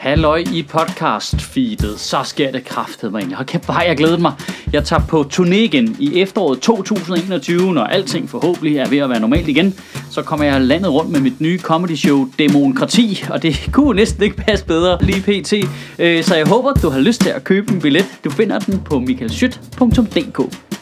Halløj i podcast-feedet, så sker det kraftedeme egentlig. Hold kæft, hvor har jeg glædet mig. Jeg tager på turné igen i efteråret 2021, når alting forhåbentlig er ved at være normalt igen. Så kommer jeg landet rundt med mit nye comedy show, Demokrati, og det kunne næsten ikke passe bedre lige pt. Så jeg håber, du har lyst til at købe en billet. Du finder den på michaelschødt.dk.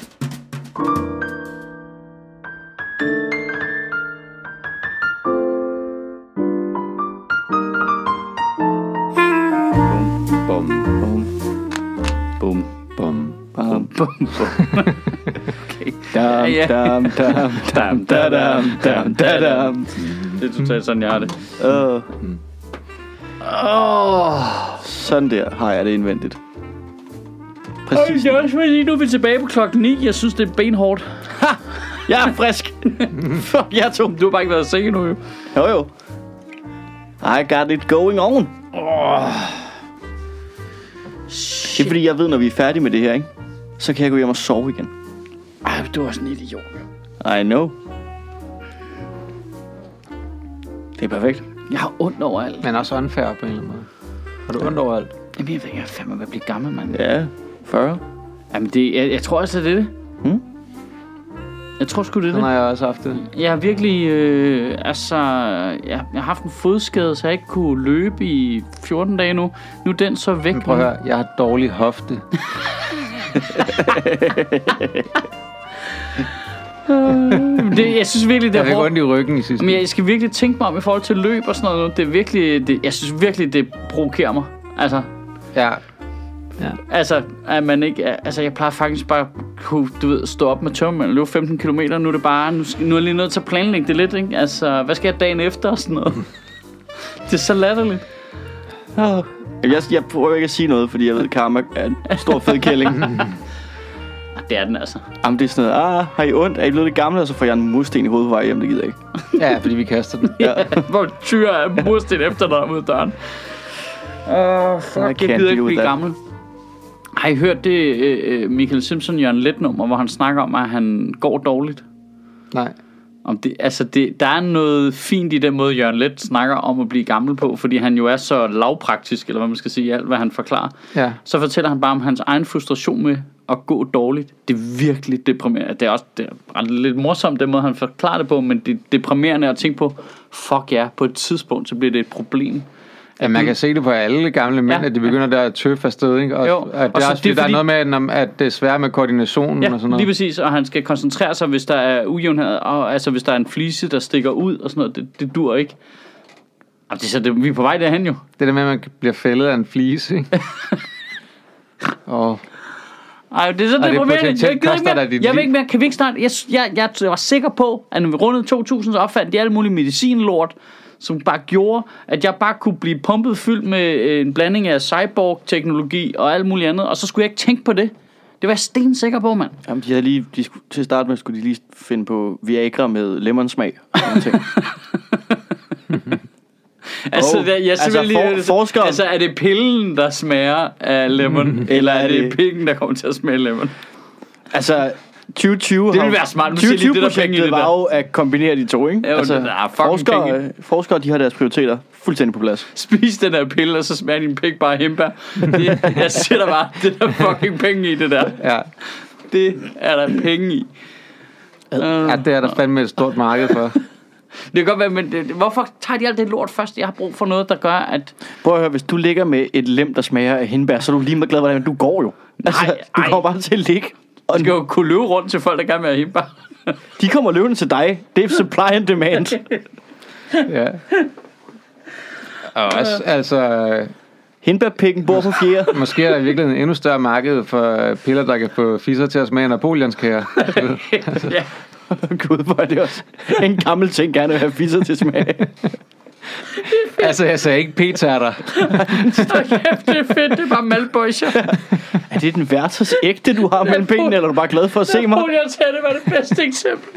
Okay. Dam. Det er totalt sådan, jeg har det. Sådan der har jeg det indvendigt. Præcis. Det er også fordi, nu er vi tilbage på klokken 9. Jeg synes, det er benhårdt. Ha! Jeg er frisk. Fuck, jeg to. Du har bare ikke været sikker nu, jo. Jo. I got it going on. Det er fordi, jeg ved, når vi er færdige med det her, ikke? Så kan jeg gå hjem og sove igen. Ej, du er sådan en idiot, jo. I know. Det er perfekt. Jeg har ondt overalt. Men også unfair på en eller anden måde. Har du ondt overalt? Jamen, jeg ved ikke, jeg er fandme ved at blive gammel, mand. Ja, 40. Jamen, jeg tror altså, det er det. Jeg tror sgu, det er det. Sådan har jeg også haft det. Jeg har virkelig, jeg har haft en fodskade, så jeg ikke kunne løbe i 14 dage nu. Nu er den så væk. Men prøv at høre, jeg har dårlig hofte. Jeg synes virkelig, det er hårdt. Jeg fik hårdt. ondt i ryggen i sidste. Men jeg skal virkelig tænke mig om i forhold til løb og sådan noget. Det er virkelig, jeg synes virkelig, det provokerer mig. Altså, Ja. altså, at man ikke... Altså, jeg plejer faktisk bare kunne, stå op med tømmermænd og løbe 15 km. Nu er det bare... Nu er jeg lige nødt til at planlægge det lidt, ikke? Altså, hvad skal jeg dagen efter og sådan noget? Det er så latterligt. Jeg prøver ikke at sige noget, fordi jeg ved, at Karma er en stor fed kælling. Det er den altså. Jamen, det er sådan noget, har I ondt? Er I blevet lidt gamle? Og så får jeg en mursten i hovedet på vej hjem, det gider jeg ikke. Ja, fordi vi kaster den. Ja. Hvor tyr er mursten efter dig ud af døren. Fuck, jeg gider ikke blive gammel. Har I hørt det Michael Simpson Jørgen Leth nummer, hvor han snakker om, at han går dårligt? Nej. Om det, altså der er noget fint i den måde, Jørgen Leth snakker om at blive gammel på, fordi han jo er så lavpraktisk, eller hvad man skal sige, i alt, hvad han forklarer. Ja. Så fortæller han bare om hans egen frustration med at gå dårligt. Det er virkelig deprimerende. Det er lidt morsomt, den måde, han forklarer det på, men det er deprimerende at tænke på, fuck ja, på et tidspunkt, så bliver det et problem. Ja, man kan se det på alle gamle mænd, at de begynder der at tøffe afsted, ikke? Og, jo. og det er også fordi, der er noget med, at det er svært med koordinationen og sådan noget. Lige præcis, og han skal koncentrere sig, hvis der er ujævnhed, og altså hvis der er en flise, der stikker ud og sådan noget, det dur ikke. Vi er på vej derhen jo. Det der med, at man bliver fældet af en flise, ikke? Ej, det er så deprimerende. Jeg ved ikke mere. Kan vi ikke snart... Jeg var sikker på, at når vi rundede 2000, så opfandt de alle mulige medicinlort, som bare gjorde, at jeg bare kunne blive pumpet fyldt med en blanding af cyborg-teknologi og alt muligt andet, og så skulle jeg ikke tænke på det. Det var jeg stensikker på, mand. Jamen, til at starte med, skulle de lige finde på Viagra med lemonsmag. Altså, er det pillen, der smager af lemon, eller er det pikken, der kommer til at smage lemon? Altså, 2020 det vil være smart. 2020-projektet var jo at kombinere de to, ikke? Jo, altså, forskere, de har deres prioriteter fuldstændig på plads. Spis den der pille, og så smager din pik bare hindbær. Jeg siger der bare, det der fucking penge i det der. Ja. Det er der penge i. Ja, det er der fandme et stort marked for. Det kan godt være, men hvorfor tager de alt det lort først? Jeg har brug for noget, der gør, at... Prøv at høre, hvis du ligger med et lem, der smager af hindbær, så er du lige med glad, hvordan du går jo. Altså, du kommer bare til at ligge. Og du skal jo kunne løbe rundt til folk, der gerne vil have hindbær. De kommer løbende til dig. Det er supply and demand. Ja. Og også, altså... Hindbærpikken bor på fjerde. Måske er der virkelig en endnu større marked for piller, der kan få fisser til at smage napoleonskager. Ja. Gud, hvor er det også en gammel ting, gerne vil have fisser til smag. Altså, jeg sagde ikke p-tærter. Kæft, det er fedt, det er bare malbøjser. Er det den værtes ægte, du har mellem benene, eller er du bare glad for at se mig? Napoleonskager, det var det bedste eksempel.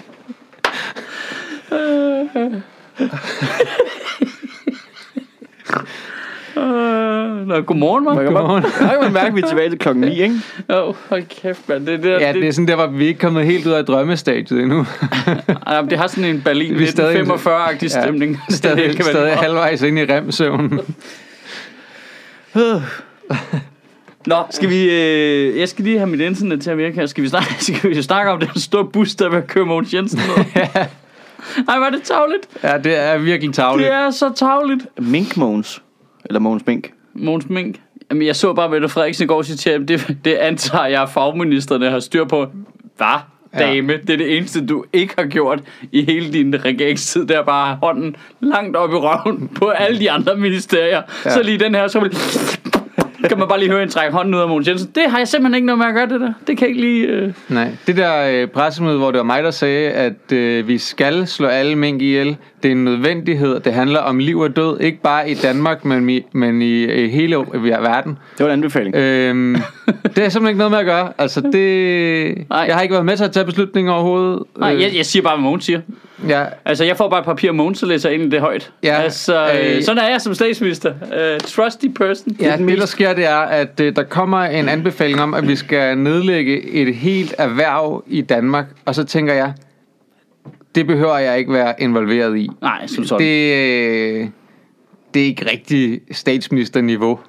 Godmorgen, man. Godmorgen. Jeg kan mærke, at vi er tilbage til klokken 9, ikke? Jo, hold kæft, man. Det er sådan der, hvor vi ikke kommet helt ud af drømmestadiet endnu. Det har sådan en Berlin 1945-agtig stemning. Stadig halvvejs ind i remsøvnen. Nå, skal vi... jeg skal lige have mit internet til at virke her. Skal vi snakke om den store bus, der vil køre Mogens Jensen ned? Ej, var det tarveligt? Ja, det er virkelig tarveligt. Det er så tarveligt. Mink Mogens. Eller Mogens Mink. Mogens Mink. Jamen, jeg så bare Mette Frederiksen i går citere, det antager jeg, at fagministerne har styr på. Hvad, dame? Ja. Det er det eneste, du ikke har gjort i hele din regeringstid. Det er bare hånden langt op i røven på alle de andre ministerier. Ja. Så lige den her, så kan man bare lige høre en trække hånden ud af Mogens Jensen. Det har jeg simpelthen ikke noget med at gøre, det der. Det kan ikke lige... Nej, det der pressemøde, hvor det var mig, der sagde, at vi skal slå alle mink ihjel. Det er en nødvendighed. Det handler om liv og død. Ikke bare i Danmark, men i hele verden. Det var en anbefaling. Det er simpelthen ikke noget med at gøre. Altså, jeg har ikke været med til at tage beslutninger overhovedet. Nej, jeg siger bare, hvad Mogens siger. Ja. Altså, jeg får bare et papir af Mogens, så læser jeg ind i det højt. Ja. Altså, sådan er jeg som statsminister. Trusty person. Ja, det der sker, det er, at der kommer en anbefaling om, at vi skal nedlægge et helt erhverv i Danmark. Og så tænker jeg, det behøver jeg ikke være involveret i. Nej, som sådan. Det er ikke rigtig statsministerniveau.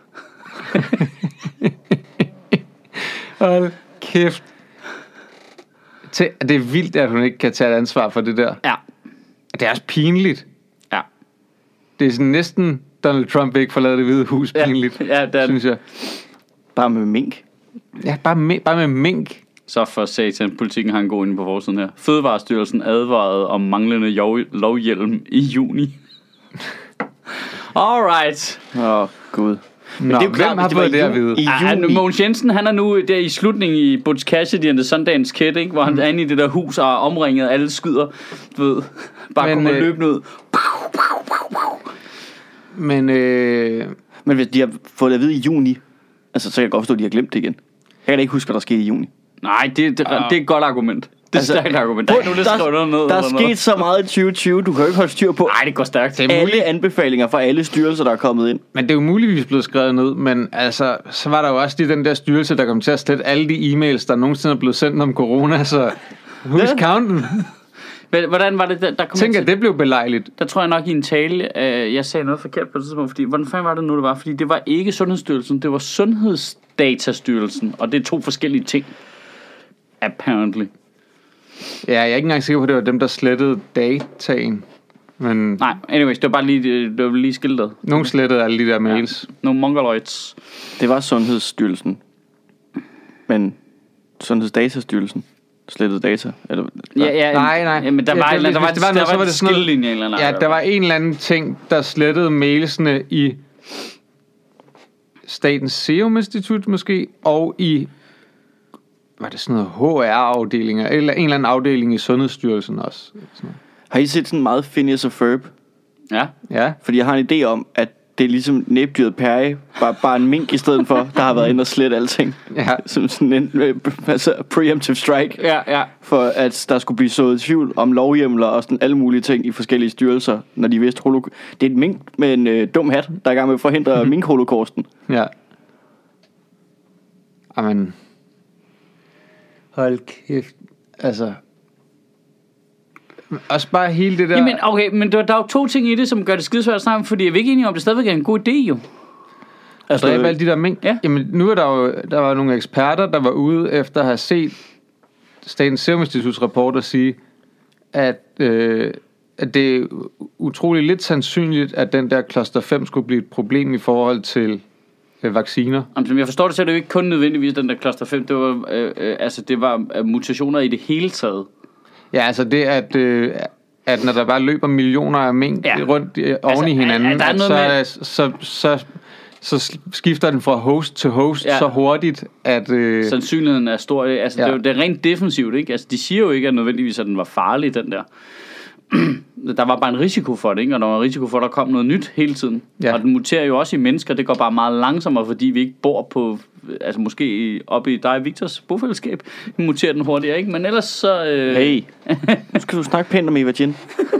Hold kæft. Det er vildt, at hun ikke kan tage et ansvar for det der. Ja. Det er også pinligt. Ja. Det er sådan næsten Donald Trump ikke forladet Det Hvide Hus pinligt, ja, det synes jeg. Bare med mink. Ja, bare med mink. Så for satan, politikken har en god inde på forsiden her. Fødevarestyrelsen advarede om manglende lovhjelm i juni. Alright. Gud. Men det er jo klart, hvem har fået det at vide? Mogens Jensen, han er nu der i slutningen i Butch Cassidy and the Sundance Kid, ikke? Hvor han er inde i det der hus og er omringet, alle skyder, du ved, bare kommer løbende ud. Men hvis de har fået det at vide i juni, altså, så kan jeg godt forstå, at de har glemt det igen. Jeg kan da ikke huske, hvad der skete i juni. Nej, det er et godt argument. Det er et stærkt argument. Der er sket så meget i 2020, du kan jo ikke holde styr på. Nej, det går stærkt. Alle anbefalinger fra alle styrelser, der er kommet ind. Men det er jo muligvis blevet skrevet ned, men altså, så var der jo også lige den der styrelse, der kom til at slette alle de e-mails, der nogensinde er blevet sendt om corona, så husk counten. Hvordan var det, der kom Tænk, at det blev belejligt. Der tror jeg nok i en tale, jeg sagde noget forkert på det tidspunkt, fordi, hvordan fanden var det nu, det var? Fordi det var ikke Sundhedsstyrelsen, det var Sundhedsdatastyrelsen, og det er to forskellige ting. Apparently. Ja, jeg er ikke engang sikker på, at det var dem, der slettede dataen. Men nej, anyways, det var bare lige skiltet. Nogen slettede alle de der mails. Ja, nogle mongoloids. Det var Sundhedsstyrelsen. Men Sundhedsdatastyrelsen slettede data, eller nej. Ja, men der var en skillelinje eller noget. Ja, der var en eller anden ting, der slettede mailsene i Statens Serum Institut måske, og i var det sådan noget HR-afdelinger, eller en eller anden afdeling i Sundhedsstyrelsen også. Har I set sådan meget Phineas og Ferb? Ja. Fordi jeg har en idé om, at det er ligesom næbdyret Perry, bare en mink i stedet for, der har været inde og slet alting. Ja. Som sådan en preemptive strike. Ja. For at der skulle blive sået tvivl om lovhjemler og sådan alle mulige ting i forskellige styrelser, når de vidste det er et mink med en dum hat, der er i gang med at forhindre mink-holocaust. Ja. Amen. Hold kæft. Altså. Også bare hele det der. Jamen, okay, men der er jo to ting i det, som gør det skidesvært at snakke om, fordi jeg er ikke enig om, det stadigvæk er en god idé, jo. Altså, dræbe alle de der mink. Ja. Jamen, nu er der var nogle eksperter, der var ude efter at have set Statens Serum Instituts rapport og sige, at det er utroligt lidt sandsynligt, at den der cluster 5 skulle blive et problem i forhold til vacciner. Jamen, som jeg forstår det, så er det jo ikke kun nødvendigvis den der cluster 5, det var mutationer i det hele taget. Ja, altså det at når der bare løber millioner af mink rundt oven i hinanden, så skifter den fra host til host så hurtigt, at sandsynligheden er stor. Altså det er rent defensivt, ikke? Altså de siger jo ikke at nødvendigvis, at den var farlig, den der. Der var bare en risiko for det, ikke? Og der var en risiko for, at der kom noget nyt hele tiden. Ja. Og den muterer jo også i mennesker. Det går bare meget langsommere, fordi vi ikke bor på, altså måske oppe i dig og Victors bofællesskab. Den muterer den hurtigere, ikke? Men ellers så... Hey, nu skal du snakke pænt om Eva Jin.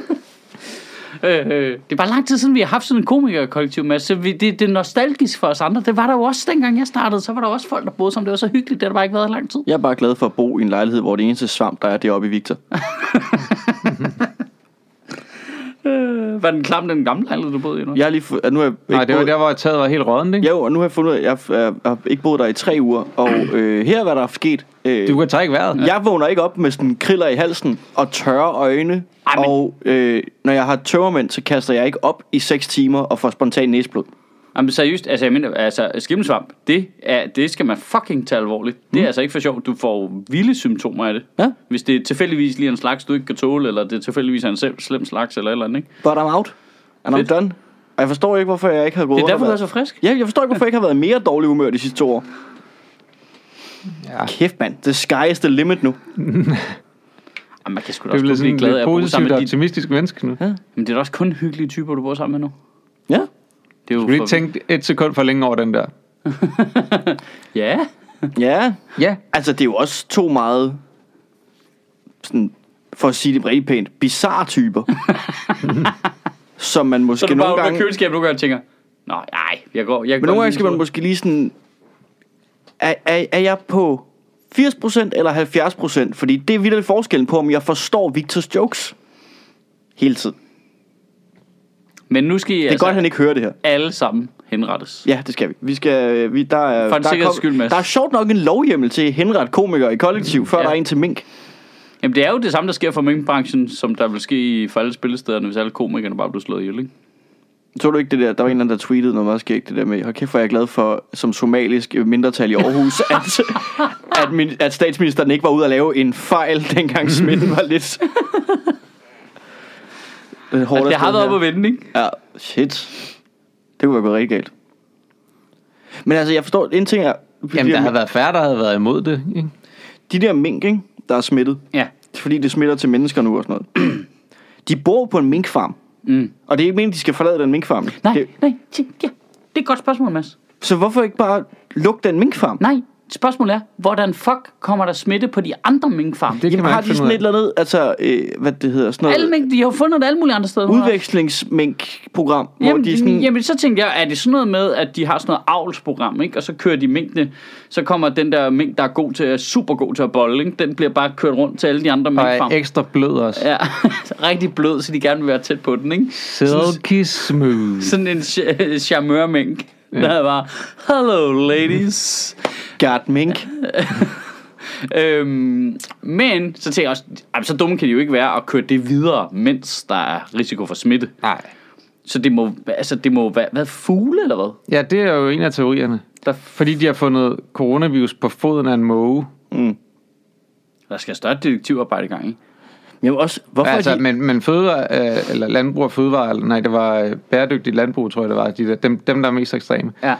Det er bare lang tid siden, vi har haft sådan en komikerkollektiv masse. Det er nostalgisk for os andre. Det var der jo også, dengang jeg startede. Så var der også folk, der boede som det var så hyggeligt. Det har der bare ikke været i lang tid. Jeg er bare glad for at bo i en lejlighed, hvor det eneste svamp, der er deroppe i Victor. Var den klam, den gamle lejlighed, du boede i nu? Jeg har lige nu har jeg Nej, det var der, hvor taget var helt rådent, ikke? Jo, og nu har jeg fundet ud af, at jeg har ikke boet der i 3 uger. Og her er, hvad der er sket. Du kan trække vejret. Jeg vågner ikke op med sådan kriller i halsen og tørre øjne. Ej, men... Og når jeg har tømmermænd, så kaster jeg ikke op i 6 timer og får spontan næseblod. Jamen seriøst, altså jeg mener, altså skimmelsvamp, det skal man fucking tage alvorligt. Det er altså ikke for sjovt, du får vilde symptomer af det. Ja. Hvis det er tilfældigvis lige en slags, du ikke kan tåle, eller det er tilfældigvis en slem slags, eller et eller andet, ikke? But I'm out. And I'm done. Og jeg forstår ikke, hvorfor jeg ikke har gået. Det er derfor, du er så frisk. Ja, jeg forstår ikke, hvorfor jeg ikke har været mere dårlig humør de sidste 2 år. Ja. Kæft, mand. The sky is the limit nu. Jamen, man kan sgu da Det også er kun blive glad af at bo positivt sammen og med de... optimistisk menneske nu. Ja. Men det er da også kun hyggelige typer, du bor sammen med nu. Ja. Det er jo Du lige tænke 1 sekund for længe over den der. Ja. Ja. Ja. Altså, det er jo også 2 meget, sådan, for at sige det rigtig pænt, bizarre typer. Som man Så måske du nogle bare gange... åbner køleskabet, du og tænker, nej, jeg går Men nogle gange skal man måske lige sådan... Er jeg på 80% eller 70%? Fordi det er vitterligt forskellen på, om jeg forstår Victors jokes hele tiden. Men nu skal I Det er godt, han ikke hører det her. alle sammen henrettes. Ja, det skal vi. Der er, For en sikkerheds skyld, Mads. der er sjovt nok en lovhjemmel til at henrette komikere i kollektiv, før der er en til mink. Jamen det er jo det samme, der sker for minkbranchen, som der vil ske for alle spillestederne, hvis alle komikerne bare blev slået ihjel, ikke? Så du ikke det der? Der var en eller anden, der tweetede noget meget skægt, det der med, hold kæft, hvor er jeg glad for, som somalisk mindretal i Aarhus, at statsministeren ikke var ude at lave en fejl, dengang smitten var lidt... Det har været op at vende, ikke? Ja, shit. Det kunne være gået rigtig galt. Men altså, jeg forstår, en ting er... Jamen, der har været færre, der havde været imod det, ikke? De der mink, ikke, der er smittet, Ja. fordi det smitter til mennesker nu og sådan noget. De bor på en minkfarm. Mm. Og det er ikke meningen, de skal forlade den minkfarm. Nej, ja. Det er et godt spørgsmål, Mads. Så hvorfor ikke bare lukke den minkfarm? Nej, spørgsmålet er, hvordan fuck kommer der smitte på de andre minkfarme? Det kan Jamen, man har ikke de finde sådan ud et eller andet, altså, hvad det hedder, sådan Alle noget mink, de har jo fundet det alle mulige andre steder. udvekslingsminkprogram, hvor Jamen, de sådan... jamen, så tænkte jeg, er det sådan noget med, at de har sådan noget avlsprogram, ikke? Og så kører de minkene, så kommer den der mink, der er super god til at bolle, ikke? Den bliver bare kørt rundt til alle de andre Og minkfarme. er ekstra blød også. Ja, rigtig blød, så de gerne vil være tæt på den, ikke? Silky smooth. Sådan en charmeur-mink, der var, hello ladies. Got mink. Men så tænker jeg også, så dumme kan de jo ikke være at køre det videre, mens der er risiko for smitte. Nej. Så det må være, hvad, fugle eller hvad? Ja, det er jo en af teorierne. Fordi de har fundet coronavirus på foden af en måge. Mm. Der skal større detektivarbejde i gang, ikke? Jamen også, hvorfor Altså, de... men fødevare, eller landbrug og fødevare, nej, det var bæredygtigt landbrug, tror jeg, det var. Dem der er mest ekstreme. Ja.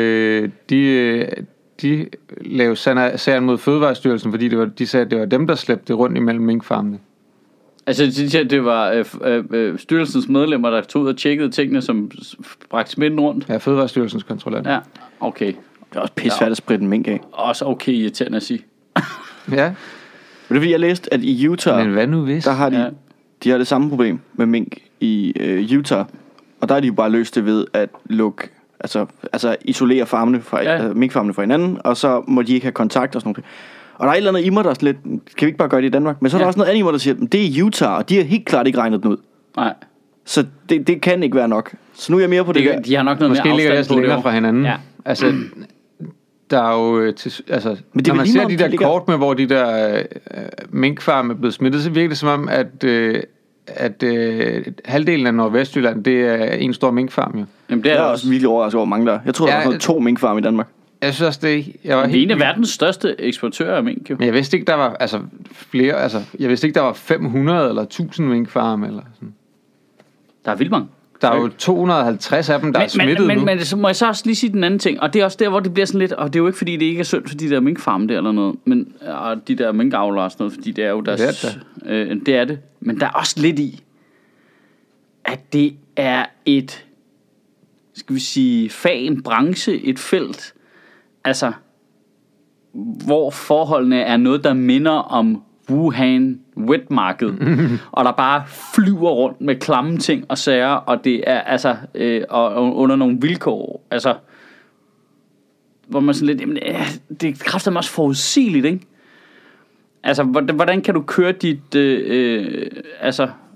De lavede sagen mod Fødevarestyrelsen, fordi de sagde, at det var dem, der slæbte det rundt imellem minkfarmene. Altså, det var styrelsens medlemmer, der tog ud og tjekkede tingene, som bragte smitten rundt. Ja, Fødevarestyrelsens kontrollant. Ja, okay. Det er også pissefærdigt at spritte en mink af. Også okay irriterende at sige. Ja. Men det er fordi, jeg læste, at i Utah, Men hvad nu hvis? der har de har det samme problem med mink i Utah. Og der er de jo bare løst det ved at lukke, altså isolere farmene fra, minkfarmene fra hinanden, og så må de ikke have kontakt og sådan noget. Og der er et eller andet i mig, der er sådan lidt, kan vi ikke bare gøre det i Danmark? Men så er der også noget andet i mig, der siger, at det er Utah, og de har helt klart ikke regnet den ud. Nej. Så det kan ikke være nok. Så nu er jeg mere på det der. De har nok noget Måske mere ligger afstand det på længere det. fra hinanden. Ja. Altså, der er jo... altså, Men det når man lige ser meget, de om der de ligger- kort med, hvor de der minkfarme er blevet smittet, så virker det som om, at halvdelen af Nordvestjylland, det er en stor minkfarm, jo. Jamen, det Jeg er er også. også virkelig overrasket over mange der. Jeg troede, der var sådan 2 minkfarme i Danmark. Jeg synes også, jeg var Vi er helt en af vild. verdens største eksportører af mink, jo. Men jeg vidste ikke, der var flere, jeg vidste ikke, der var 500 eller 1000 minkfarme, eller sådan. Der er vildt mange. Der er jo 250 af dem, der er smittet nu. Men så må jeg så også lige sige den anden ting, og det er også der, hvor det bliver sådan lidt, og det er jo ikke fordi, det ikke er synd for de der minkfarme der eller noget, men og de der minkavlere og sådan noget, fordi det er jo deres... Det er det. Men der er også lidt i, at det er et, skal vi sige, fag, en branche, et felt, altså, hvor forholdene er noget, der minder om Wuhan wet market, og der bare flyver rundt med klamme ting og sager, og det er altså og under nogle vilkår, altså hvor man sådan lidt, jamen, det kræfter mig også forudsigeligt, ikke? Altså, hvordan kan du køre dit, altså...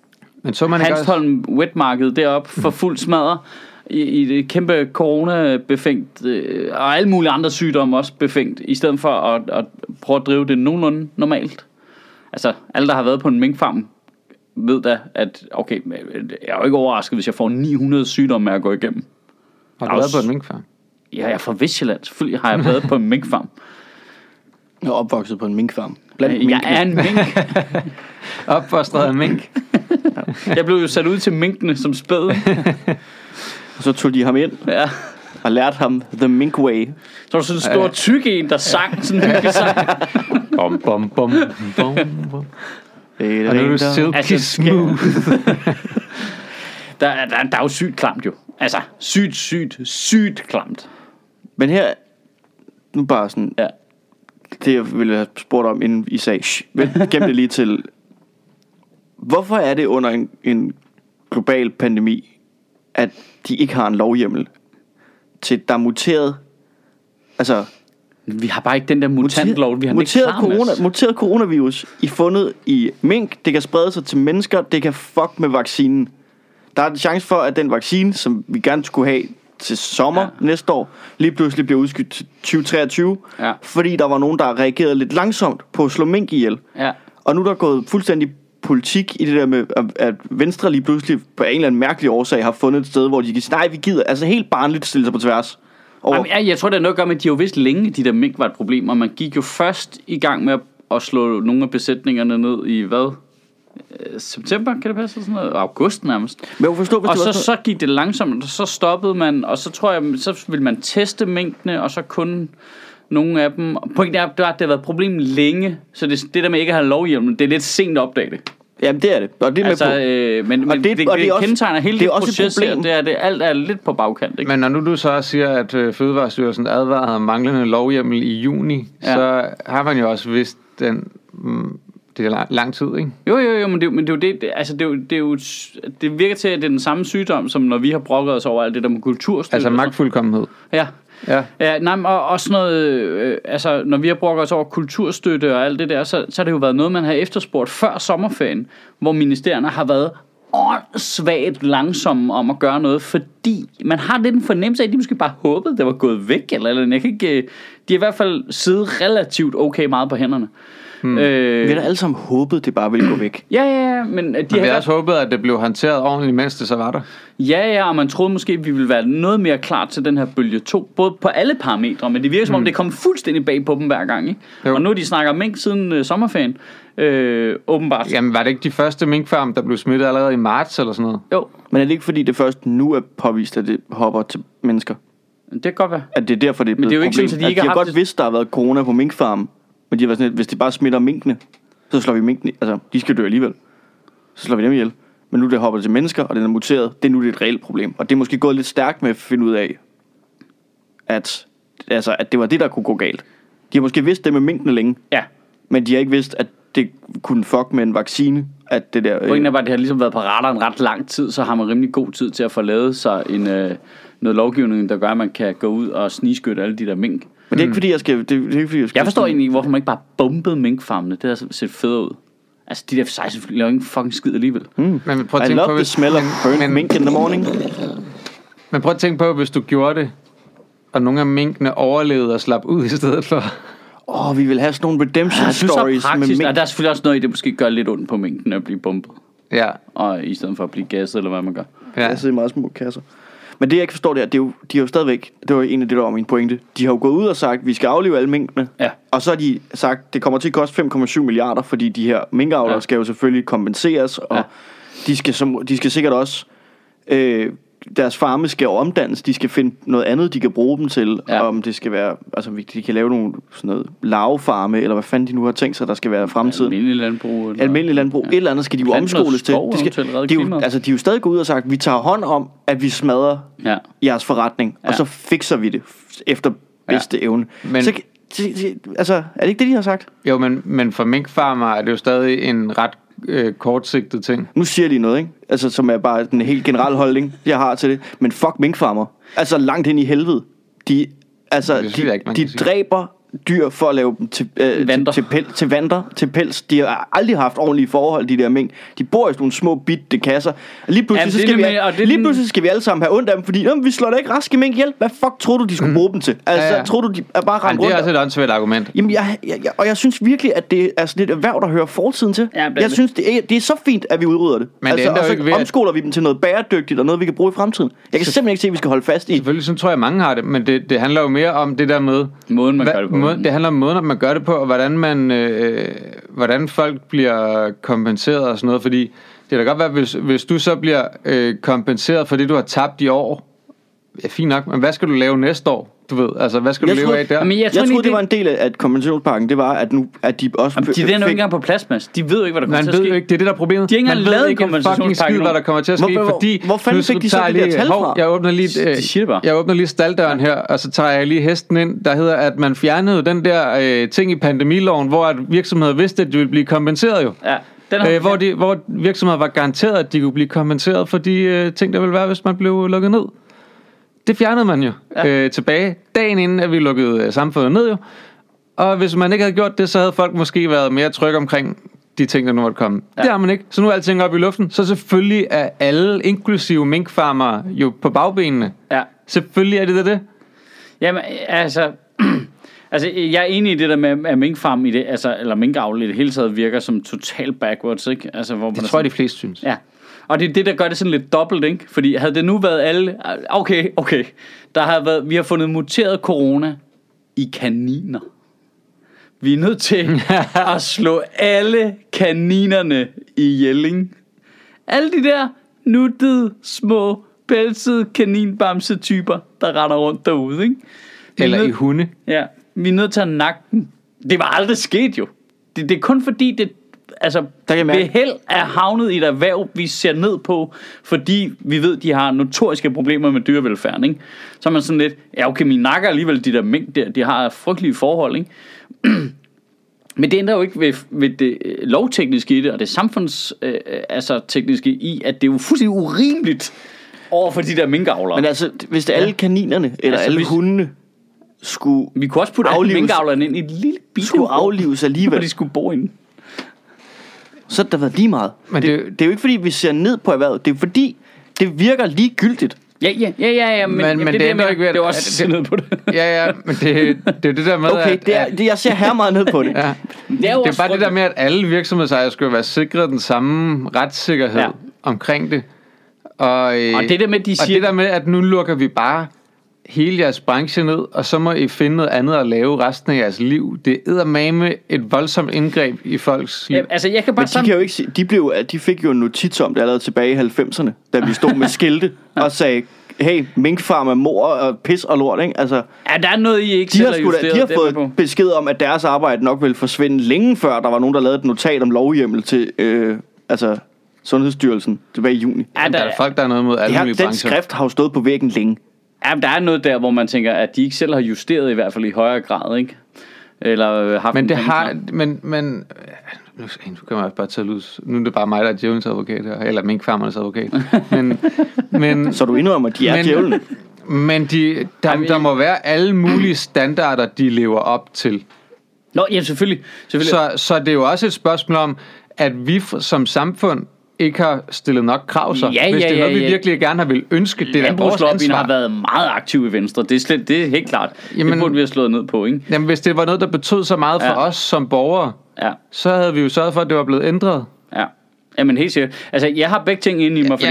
Men så man ikke Hanstholm Wetmarked deroppe for fuld smadre i det kæmpe corona-befængt, og alle mulige andre sygdomme også befængt, i stedet for at prøve at drive det nogenlunde normalt. Altså, alle, der har været på en minkfarm, ved da, at okay, jeg er jo ikke overrasket, hvis jeg får 900 sygdomme med at gå igennem. Har du været på en minkfarm? Ja, jeg er fra Vestjylland. Selvfølgelig har jeg været på en minkfarm. Jeg er opvokset på en minkfarm. Jeg er en mink. Opfostret af mink. Jeg blev jo sat ud til minkene som spæd. Og så tog de ham ind og lærte ham The Mink Way. Så var der sådan en stor tyk en, der sang sådan en hyggelig sang. Bom, bom, bom, bom, bom. Og nu er du silky smooth. Der er jo sygt klamt jo. Altså, sygt klamt. Men her, nu bare sådan, det jeg ville have spurgt om, inden I sagde, gem det lige til, hvorfor er det under en global pandemi, at de ikke har en lovhjemmel til, der er muteret, altså... Vi har bare ikke den der mutantlov, vi har muteret coronavirus I fundet i mink, det kan sprede sig til mennesker, det kan fuck med vaccinen. Der er en chance for, at den vaccine, som vi gerne skulle have til sommer næste år, lige pludselig bliver udskudt til 2023, fordi der var nogen, der reagerede lidt langsomt på at slå mink ihjel. Ja. Og nu er der gået fuldstændig politik i det der med, at Venstre lige pludselig på en eller anden mærkelig årsag har fundet et sted, hvor de kan sige, nej, vi gider, altså helt barnligt stille sig på tværs. Jamen, jeg tror, det er noget at gøre med, at de jo vidst længe, de der mink var et problem, og man gik jo først i gang med at slå nogle af besætningerne ned i, september, kan det passe? Sådan noget? August nærmest. Men jeg forstår, og så gik det langsomt, og så stoppede man, og så tror jeg, så ville man teste minkene, og så kun nogle af dem. Pointen er, at det har været et problem længe, så det der med ikke at have lovhjemmel, det er lidt sent at opdage det. Jamen det er det, og det er altså, med på. Men det kendetegner hele det proces her, det alt er lidt på bagkant, ikke? Men når nu du så siger, at Fødevarestyrelsen advarede om manglende lovhjemmel i juni, så har man jo også vidst det er lang tid, ikke? Jo, men det er jo det, altså det virker til, at det er den samme sygdom, som når vi har brokket os over alt det der med kulturstøtte. Altså magtfuldkommenhed. Ja, nej, og også noget, altså når vi har brugt os over kulturstøtte og alt det der, så har det jo været noget, man har efterspurgt før sommerferien, hvor ministerierne har været åndssvagt langsomme om at gøre noget, fordi man har lidt en fornemmelse af, at de måske bare håbede, det var gået væk, eller jeg kan ikke, de har i hvert fald siddet relativt okay meget på hænderne. Vi har da alle sammen håbet, det bare ville gå væk. Ja, men vi har også håbet, at det blev håndteret ordentligt, mens det så var der. Ja, og man troede måske, at vi ville være noget mere klar til den her bølge 2, både på alle parametre, men det virker som om, det kom fuldstændig bag på dem hver gang, ikke? Og nu de snakker om mink siden sommerferien, åbenbart. Jamen, var det ikke de første minkfarm, der blev smittet allerede i marts eller sådan noget? Jo. Men er det ikke fordi, det først nu er påvist, at det hopper til mennesker? Det kan godt være. At det er derfor, det er blevet men det er jo ikke sådan, at de ikke har godt vidst, der har været corona på minkfarm. Men de har været sådan, hvis de bare smitter minkene, så slår vi minkene, altså de skal dø alligevel. Så slår vi dem ihjel. Men nu det hopper til mennesker, og den er muteret, det er nu det er et reelt problem. Og det er måske gået lidt stærkt med at finde ud af, at det var det, der kunne gå galt. De har måske vidst det med minkene længe. Ja. Men de har ikke vidst, at det kunne fuck med en vaccine. At det der, pointen er bare, at det har ligesom været på radaren ret lang tid, så har man rimelig god tid til at få lavet sig noget lovgivning, der gør, at man kan gå ud og snigskytte alle de der mink. Men det er ikke fordi, jeg skal... Jeg forstår egentlig, hvorfor man ikke bare bombede minkfarmene. Det har set federe ud. Altså, de der 16 laver ingen fucking skid alligevel. Men prøv at tænke på, the smell of burnt mink in the morning. Men prøv at tænke på, hvis du gjorde det, og nogle af minkene overlevede og slap ud i stedet for... vi vil have sådan nogle redemption stories med mink. Og der er selvfølgelig også noget i det, måske gør lidt ondt på minken at blive bombet. Ja. Og i stedet for at blive gasset, eller hvad man gør. Ja. Jeg sidder i meget små kasser. Men det jeg ikke forstår det er, de har jo stadigvæk, det var en af det der var min pointe, de har jo gået ud og sagt, vi skal aflive alle minkene. Ja. Og så har de sagt, det kommer til at koste 5,7 milliarder, fordi de her minkavlere skal jo selvfølgelig kompenseres, og de skal sikkert også, deres farme skal jo omdannes, de skal finde noget andet, de kan bruge dem til, om det skal være, altså de kan lave nogle sådan noget larvefarme, eller hvad fanden de nu har tænkt sig, der skal være fremtiden. Almindelig landbrug. Et eller andet skal de jo omskoles til. De er jo stadig gået ud og sagt, vi tager hånd om, at vi smadrer jeres forretning, og så fikser vi det efter bedste evne. Men, så, altså, er det ikke det, de har sagt? Jo, men for minkfarmer er det jo stadig en ret kortsigtet ting. Nu siger de noget, ikke? Altså, som er bare den helt generelle holdning, jeg har til det. Men fuck minkfarmer. Altså, langt ind i helvede. De dræber dyr for at lave dem til vanter, til pels. De har aldrig haft ordentlige forhold, de der mink. De bor i sådan nogle små bitte kasser. Og lige pludselig, skal vi alle sammen have ondt af dem, fordi vi slår da ikke raske mink ihjel. Hvad fuck tror du, de skulle bruge dem til? Altså, tror du, de er bare rendt rundt? Det er også et åndssvagt argument. Jamen, jeg synes virkelig, at det er sådan et erhverv, der hører fortiden til. Ja, jeg synes, det er så fint, at vi udrydder det. Men altså, og så omskoler vi dem til noget bæredygtigt og noget, vi kan bruge i fremtiden. Jeg kan simpelthen ikke se, at vi skal holde fast i. Selvfølgelig, sådan tror jeg, mange har det. Men det handler jo mere om det der med måden, man gør det på. Det handler om måden, man gør det på, og hvordan folk bliver kompenseret og sådan noget. Fordi det kan da godt være, hvis du så bliver kompenseret for det, du har tabt i år. Ja, fint nok, men hvad skal du lave næste år? Du ved, altså, hvad skal du leve af der? Jeg troede, det var en del af kompensationspakken. Det var, at de også de er jo ikke engang på plads, Mads. De ved jo ikke, hvad der kommer til at ske. Ikke, det er det, der er problemet. De har ikke engang lavet kompensationspakken. Hvad der kommer til at ske, fordi... Hvor fanden fik de så det der tal fra? Jeg åbner lige staldøren her, og så tager jeg lige hesten ind, der hedder, at man fjernede den der ting i pandemiloven, hvor at virksomheder vidste, at de ville blive kompenseret jo. Ja. Hvor virksomheder var garanteret, at de kunne blive kompenseret for de ting, der ville være, hvis man blev lukket ned. Det fjernede man jo tilbage dagen inden, at vi lukkede samfundet ned jo. Og hvis man ikke havde gjort det, så havde folk måske været mere trygge omkring de ting, der nu måtte komme. Ja. Det har man ikke. Så nu er alting op i luften. Så selvfølgelig er alle, inklusive minkfarmere, jo på bagbenene. Ja. Selvfølgelig er det. Jamen, altså... Altså, jeg er enig i det der med, at minkfarm i det, altså, eller minkavl i det hele taget virker som totalt backwards, ikke? Altså, hvor man det tror jeg, de fleste synes. Ja. Og det er det, der gør det sådan lidt dobbelt, ikke? Fordi havde det nu været alle... Okay. Vi har fundet muteret corona i kaniner. Vi er nødt til at slå alle kaninerne ihjel, ikke? Alle de der nuttede, små, pelsede kaninbamsetyper, der render rundt derude, ikke? Eller i hunde. Ja, vi er nødt til at nakke dem. Det var aldrig sket jo. Det er kun fordi, det... Altså, ved held er havnet i et erhverv, vi ser ned på, fordi vi ved, de har notoriske problemer med dyrevelfærden, ikke? Så er man sådan lidt, ja okay, mine nakker alligevel, de der mink der, de har frygtelige forhold, ikke? Men det ændrer jo ikke ved det lovtekniske i det, og det samfundstekniske i, at det er jo fuldstændig urimeligt over for de der minkavlere. Men altså, hvis det alle kaninerne, eller alle hundene, skulle vi kunne også putte alle minkavlerne ind i et lille bitte skulle aflives alligevel, hvor de skulle bo inde. Så har der været lige meget. Men det er jo ikke fordi vi ser ned på erhvervet. Det er fordi det virker ligegyldigt. Ja, men det er ikke ved at også ned på det. Ja, men det er det der med okay, jeg ser her meget ned på det. Ja. Det er bare det der med at alle virksomhedsejere skulle være sikret den samme retssikkerhed omkring det. Og det der med de siger, og det der med at nu lukker vi bare hele jeres branche ned, og så må I finde noget andet at lave resten af jeres liv. Det er eddermame et voldsomt indgreb i folks liv. Ja, altså jeg kan bare men de kan jo ikke de fik jo en notits om det allerede tilbage i 90'erne, da vi stod med skilte og sagde, hey, minkfarm er mor og pis og lort, ikke? Altså, ja, der er noget, I ikke selv har justeret. De har fået besked om, at deres arbejde nok vil forsvinde længe før, der var nogen, der lavede et notat om lovhjemmel til Sundhedsstyrelsen tilbage i juni. Ja, der er folk, der er noget mod alle mulige brancher. Den skrift har jo stået på væggen længe. Ja, der er noget der, hvor man tænker, at de ikke selv har justeret i hvert fald i højere grad, ikke? Eller haft men det har, men nu kan man bare tage lus. Nu er det bare mig, der er djævelens advokat her, eller minkfarmernes advokat. men så du indrømmer, at de er djævlen? Men der må være alle mulige standarder, de lever op til. Nå, ja, selvfølgelig. Så det er jo også et spørgsmål om, at vi som samfund ikke har stillet nok krav så. Hvis det er noget, vi virkelig gerne har vil ønske, det er vores ansvar. Har været meget aktiv i Venstre. Det er helt klart. Jamen, det burde vi have slået ned på, ikke? Jamen, hvis det var noget, der betød så meget for os som borgere, så havde vi jo sørget for, at det var blevet ændret. Ja. Jamen helt sikkert. Altså, jeg har begge ting inde i mig.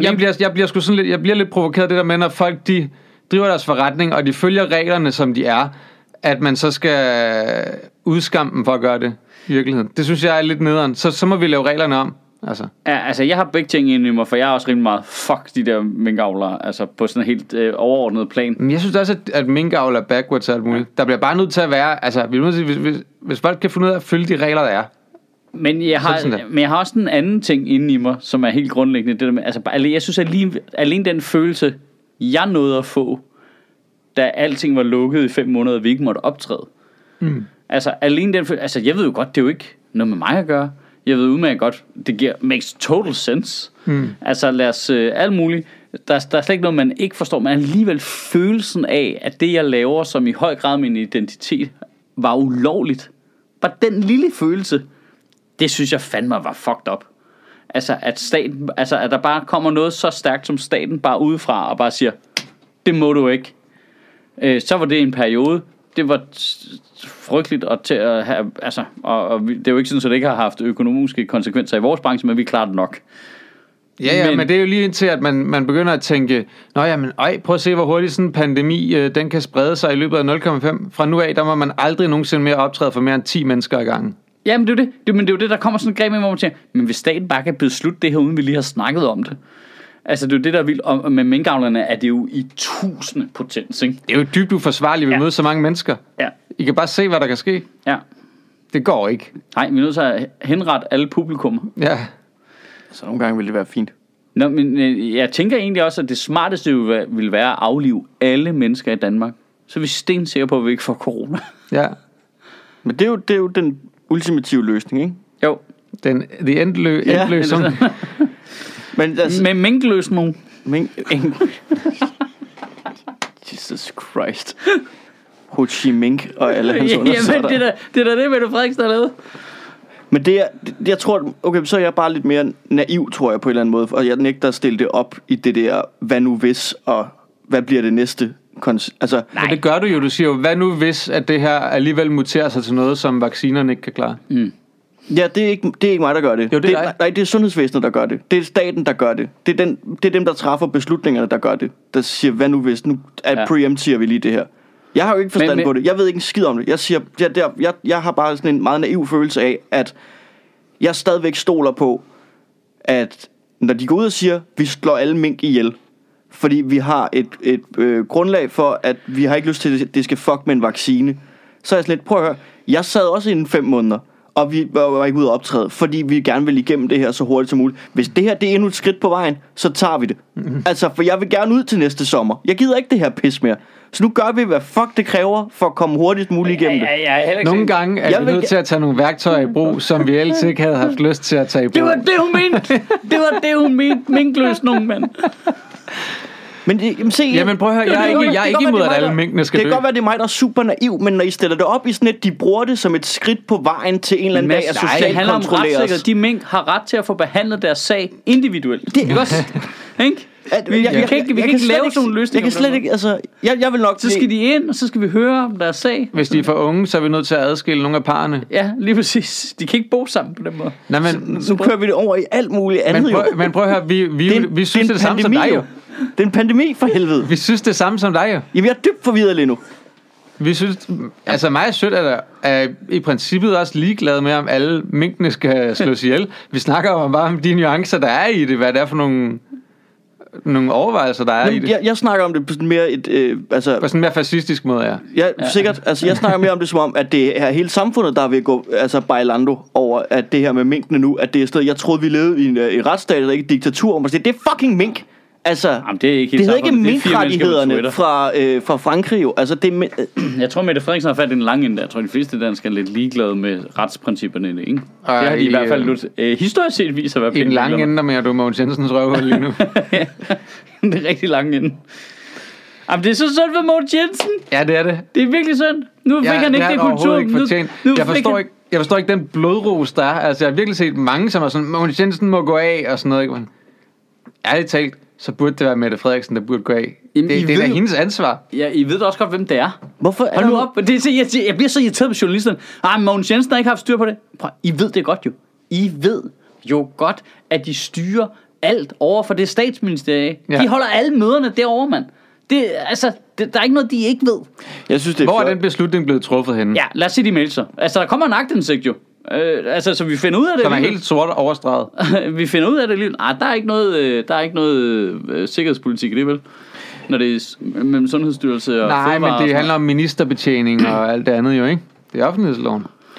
Jeg bliver lidt provokeret det der med, når folk de driver deres forretning, og de følger reglerne, som de er, at man så skal udskamme dem for at gøre det i virkeligheden. Det synes jeg er lidt nederen. Så må vi lave reglerne om. Altså, jeg har begge ting inde i mig, for jeg er også rimelig meget fuck de der minkavlere, altså på sådan en helt overordnet plan. Men jeg synes også, at minkavler er backwards og alt muligt. Der bliver bare nødt til at være, altså, hvis folk kan finde ud af at følge de regler, der er. Men jeg har også en anden ting inde i mig, som er helt grundlæggende. Det der med, altså, jeg synes, at alene den følelse, jeg nåede at få, da alting var lukket i 5 måneder, og vi ikke måtte optræde. Altså, alene den følelse, altså, jeg ved jo godt, det er jo ikke noget med mig at gøre. Jeg ved udmærket godt, det makes total sense. Altså lad os alt muligt. Der er slet ikke noget, man ikke forstår. Men alligevel følelsen af, at det jeg laver, som i høj grad min identitet var ulovligt. Bare den lille følelse, det synes jeg fandme var fucked up. Altså at staten, altså at der bare kommer noget så stærkt som staten bare udefra og bare siger, det må du ikke. Så var det en periode. Det var frygteligt at til at have, altså, og det er jo ikke sådan, at det ikke har haft økonomiske konsekvenser i vores branche, men vi klarer det nok. Ja, men det er jo lige indtil, at man begynder at tænke, prøv at se, hvor hurtigt sådan en pandemi, den kan sprede sig i løbet af 0,5. Fra nu af, der må man aldrig nogensinde mere optræde for mere end 10 mennesker ad gangen. Ja, men det er jo det. Men det er jo det, der kommer sådan et greb med, hvor man tænker, men hvis staten bare kan beslutte det her, uden vi lige har snakket om det. Altså, det er jo det, der er vildt. Og med minkavlerne er det jo i 1000 potens, ikke? Det er jo dybt uforsvarligt, at vi møder så mange mennesker. Ja. I kan bare se, hvad der kan ske. Ja. Det går ikke. Nej, vi er nødt til at henrette alle publikum. Ja. Så nogle gange vil det være fint. Nå, men jeg tænker egentlig også, at det smarteste ville være at aflive alle mennesker i Danmark. Så er vi stensikre på, at vi ikke får corona. Ja. Men det er jo den ultimative løsning, ikke? Jo. The endløsning. Men altså, med minkløsning. Jesus Christ. Ho Chi Minh og alle hans undersøgter. Jamen, det er da det, Mette Frederiksen har lavet. Men jeg tror, okay, så er jeg bare lidt mere naiv, tror jeg, på en eller anden måde. Og jeg nægter at stille det op i det der, hvad nu hvis, og hvad bliver det næste? Altså, nej, det gør du jo. Du siger jo, hvad nu hvis, at det her alligevel muterer sig til noget, som vaccinerne ikke kan klare? Mm. Ja, det er ikke mig, der gør det. Jo, det er nej, det er sundhedsvæsenet, der gør det. Det er staten, der gør det. Det er dem, der træffer beslutningerne, der gør det. Der siger, hvad nu hvis? Nu preemptiver vi lige det her. Jeg har jo ikke forstand på det. Jeg ved ikke en skid om det. Jeg siger, jeg har bare sådan en meget naiv følelse af, at jeg stadigvæk stoler på, at når de går ud og siger, vi slår alle mink ihjel, fordi vi har et grundlag for, at vi har ikke lyst til, at det skal fuck med en vaccine, så er jeg sådan lidt, prøv at høre, jeg sad også inden 5 måneder, og vi var ikke ude at optræde, fordi vi gerne vil igennem det her så hurtigt som muligt. Hvis det her det er endnu et skridt på vejen, så tager vi det. Altså, for jeg vil gerne ud til næste sommer. Jeg gider ikke det her pis mere. Så nu gør vi, hvad fuck det kræver, for at komme hurtigst muligt igennem det. Nogle gange er vi nødt til at tage nogle værktøjer i brug, som vi ellers ikke havde haft lyst til at tage i brug. Det var det, hun mente. Det var det, hun mente. Minkløsning, mand. Men jamen prøv at høre, jeg er ikke imod, at alle minkene skal dø. Det kan godt være, det er mig, der er super naiv, men når I stiller det op i sådan et, de bruger det som et skridt på vejen til en eller anden dag at socialt kontrolleres. De mink har ret til at få behandlet deres sag individuelt. Det er også, ikke? Vi kan ikke lave sådan nogle løsninger. Jeg kan slet ikke, altså, jeg vil nok... Så skal de ind, og så skal vi høre om deres sag. Hvis de er for unge, så er vi nødt til at adskille nogle af parerne. Ja, lige præcis. De kan ikke bo sammen på den måde. Nej, men nu kører vi det over i alt muligt andet. Men prøv at høre, vi synes det samme som dig jo. Det er en pandemi for helvede. Vi synes det samme som dig jo. Jamen, jeg er dybt forvirret lige nu. Vi synes, altså mig og Sødt er i princippet også ligeglade med, om alle minkene skal slås ihjel. Vi snakker jo bare om de nuancer, der er i det, hvad det er for nogle overvejelser, der er i det. Jeg snakker om det på sådan mere på sådan en mere fascistisk måde, ja. Ja, sikkert. Altså, jeg snakker mere om det som om, at det er hele samfundet, der vil gå bailando over, at det her med minkene nu, at det er stedet. Jeg troede, vi levede i en diktatur, ikke et diktatur. Det er fucking mink. Altså, jamen, det er ikke det hedder ikke minkrettighederne fra Frankrig jo. Altså, jeg tror, Mette Frederiksen har fat i den lange ende der. Jeg tror, de fleste danskere er lidt ligeglade med retsprincipperne, ikke? Det har de i hvert fald historisk set vist at være pænt. I den lange ende, der mener du Mogens Jensens røvhul lige nu. Ja, det er rigtig lange ende. Jamen, det er så synd for Mogens Jensen. Ja, det er det. Det er virkelig synd. Nu fik han ikke det kultur. Jeg forstår ikke den blodrus, der er. Altså, jeg har virkelig set mange, som er sådan, Mogens Jensen må gå af og sådan noget. Ikke? Ærligt talt, så burde det være Mette Frederiksen, der burde gå af. Jamen, det er da hendes ansvar. Ja, I ved da også godt, hvem det er. Hvorfor? Hold nu op. Jeg bliver så irriteret på journalisterne. Mogens Jensen har ikke haft styr på det. Prøv, I ved det godt jo. I ved jo godt, at de styrer alt over for det statsministeriet. Ja. De holder alle møderne derovre, mand. Der er ikke noget, de ikke ved. Jeg synes, det er Hvor er den beslutning blevet truffet henne? Ja, lad os se de mailser. Altså, der kommer en aktindsigt jo. Så vi finder ud af det. Som er helt sort overstreget. Vi finder ud af det lige. Der er ikke noget sikkerhedspolitik i det, vel? Når det er mellem Sundhedsstyrelse og nej, men det handler om ministerbetjening og alt det andet jo, ikke? Det er offentlighedsloven.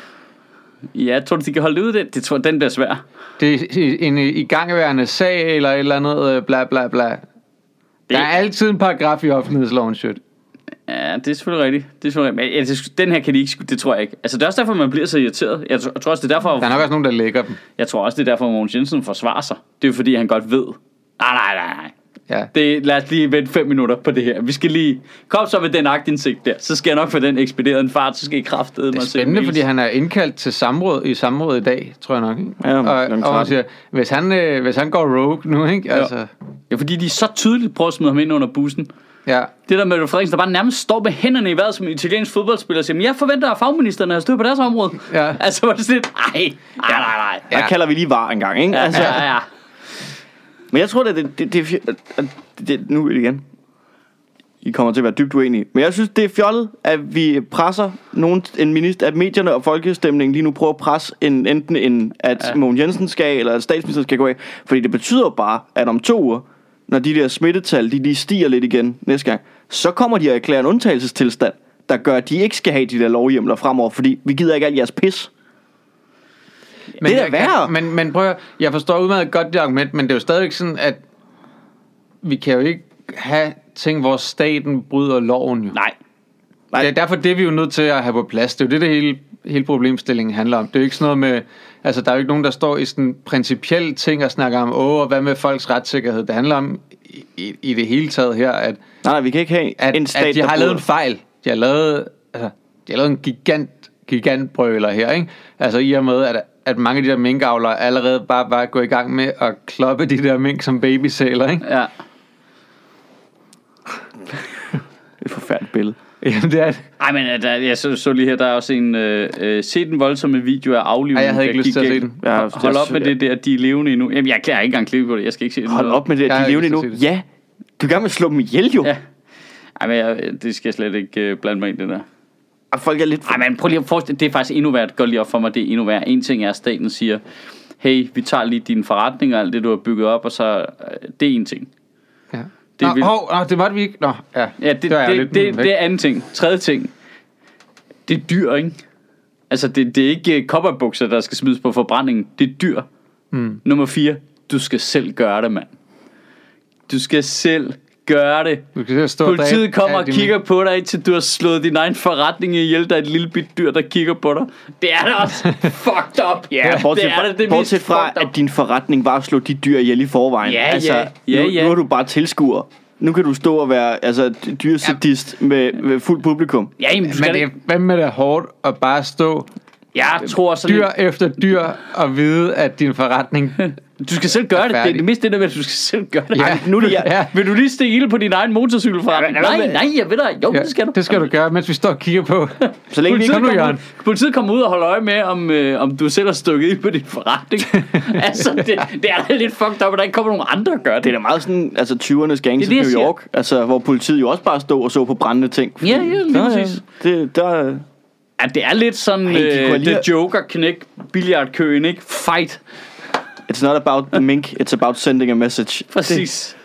Ja, tror du, de kan holde det ud af det? Det tror den bliver svær. Det er en igangværende sag eller et eller andet bla bla bla. Der er altid en paragraf i offentlighedsloven, shit. Ja, det er selvfølgelig rigtigt. Men den her kan de ikke, det tror jeg ikke. Altså, det er også derfor, man bliver så irriteret. Jeg tror også, det er derfor... Der er nok også nogen, der lægger dem. Jeg tror også, det er derfor, Mogens Jensen forsvarer sig. Det er jo fordi, han godt ved... Nej. Ja. Lad os lige vente 5 minutter på det her. Vi skal lige... Kom så med den aktindsigt der. Så skal jeg nok få den ekspederet en fart, så skal I kraftedeme mig. Det er spændende, fordi han er indkaldt til samråd i dag, tror jeg nok. Ikke? Ja, og han siger, hvis han går rogue nu, ikke? Altså, ja, fordi de så tydeligt prøver at smide ham ind under bussen. ja. Det der med Mette Frederiksen, der bare nærmest står med hænderne i vejret som italiensk fodboldspiller og siger, men jeg forventer, at fagministerne har styr på deres område. Ja. Altså, var det sådan lidt, nej. Der kalder vi lige var en gang, ikke? Ja, Altså, ja. men jeg tror, at det nu igen. I kommer til at være dybt uenige. Men jeg synes, det er fjollet, at vi presser at medierne og folkestemningen lige nu prøver at presse enten at Mogens Jensen skal, eller at statsministeren skal gå af. Fordi det betyder bare, at om 2 uger, når de der smittetal, de stiger lidt igen næste gang, så kommer de at erklære en undtagelsestilstand, der gør, at de ikke skal have de der lovhjemler fremover, fordi vi gider ikke alt jeres pis. Men det er værre. Men prøv at, jeg forstår udmærket godt det argument, men det er jo stadigvæk sådan, at vi kan jo ikke have ting, hvor staten bryder loven jo. Nej. Det er derfor det, vi er jo nødt til at have på plads. Det er jo det hele problemstillingen handler om. Det er jo ikke sådan noget med, altså der er jo ikke nogen, der står i sådan principielle ting og snakker om, og hvad med folks retssikkerhed. Det handler om i det hele taget her, at nej, vi kan ikke have en stat, at de har lavet en fejl. De har lavet en gigantbrøler her, ikke? Altså i og med, at mange af de der minkavlere allerede bare var gået i gang med at kloppe de der mink som babysæler, ikke? Ja. et forfærdeligt billede. Jamen det er det. Ej, men jeg så lige her, der er også set en voldsomme video af aflivning. Jeg havde ikke lyst til at se den. Hold op med det der, de er levende endnu. Jamen, jeg klarer ikke engang klikke på det, jeg skal ikke se det. Hold op med det, de er levende endnu. Ja, du er gerne med at slå dem ihjel jo. Ja. Ej, men det skal jeg slet ikke blande mig ind det der. Og folk er lidt... Ej, men prøv lige at forestille, det er faktisk endnu værd, går lige op for mig, det er endnu værd. En ting er, at staten siger, hey, vi tager lige dine forretninger, alt det du har bygget op, og så, det er en ting. Ja. Det måtte vi ikke. Nå, ja. Ja, det er anden ting. Tredje ting. Det er dyr, ikke? Altså, det er ikke cowboybukser, der skal smides på forbrændingen. Det er dyr. Nummer 4. Du skal selv gøre det, mand. Du skal selv gøre det. Politiet kommer og kigger på dig, indtil du har slået din egen forretning ihjel. Der er et lille bit dyr, der kigger på dig. Det er da også fucked up. Ja, bortset fra, at din forretning var at slå de dyr ihjel i forvejen. Nu er du bare tilskuer. Nu kan du stå og være dyrsadist med fuld publikum. Ja, men hvad med det hårdt at bare stå dyr efter dyr og vide, at din forretning... Du skal selv gøre det. Det er det mindste det, at du skal selv gøre det. Ja. Nu vil du lige stikke ild på din egen motorcykelforretning? Nej, jeg ved dig. Jo, det skal du. Det skal du gøre, mens vi står og kigger på. Så længe politiet kommer ud og holder øje med, om du selv har stukket ild på din forretning. Altså, det er da lidt fucked up, at der ikke kommer nogen andre og gør det. Det er da meget sådan, altså 20'ernes gangs i New York, altså, hvor politiet jo også bare stod og så på brændende ting. Ja, lige præcis. Ja, det er lidt sådan The Joker-knæk, billiardkøen, ikke? Fight. It's not about the mink, it's about sending a message. Præcis.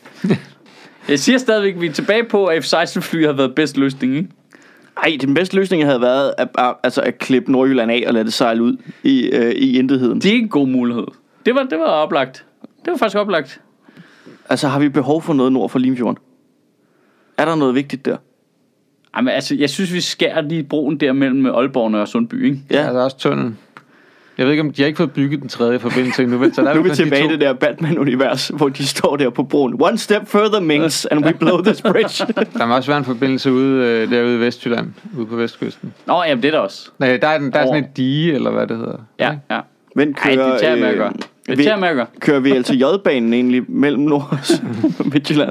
Jeg siger stadigvæk, at vi er tilbage på, at F-16-fly har været bedst løsning, ikke? Ej, den bedste løsning havde været at klippe Nordjylland af og lade det sejle ud i intetheden. Det er en god mulighed. Det var oplagt. Det var faktisk oplagt. Altså, har vi behov for noget nord for Limfjorden? Er der noget vigtigt der? Jamen, altså, jeg synes, vi skærer lige broen der mellem Aalborg og Sundby, ikke? Ja, der er også tunnelen. Jeg ved ikke, om de har ikke fået bygget den tredje forbindelse endnu. Så der nu er vi tilbage i det der Batman-univers, hvor de står der på broen. One step further, Minx, and we blow this bridge. Der må også være en forbindelse derude i Vestjylland, ude på vestkysten. Nå, jamen det er der også. Nej, der er sådan et dige, eller hvad det hedder. Ja. Men det tager med at gøre. Kører vi LTJ-banen egentlig mellem Nord og Midtjylland?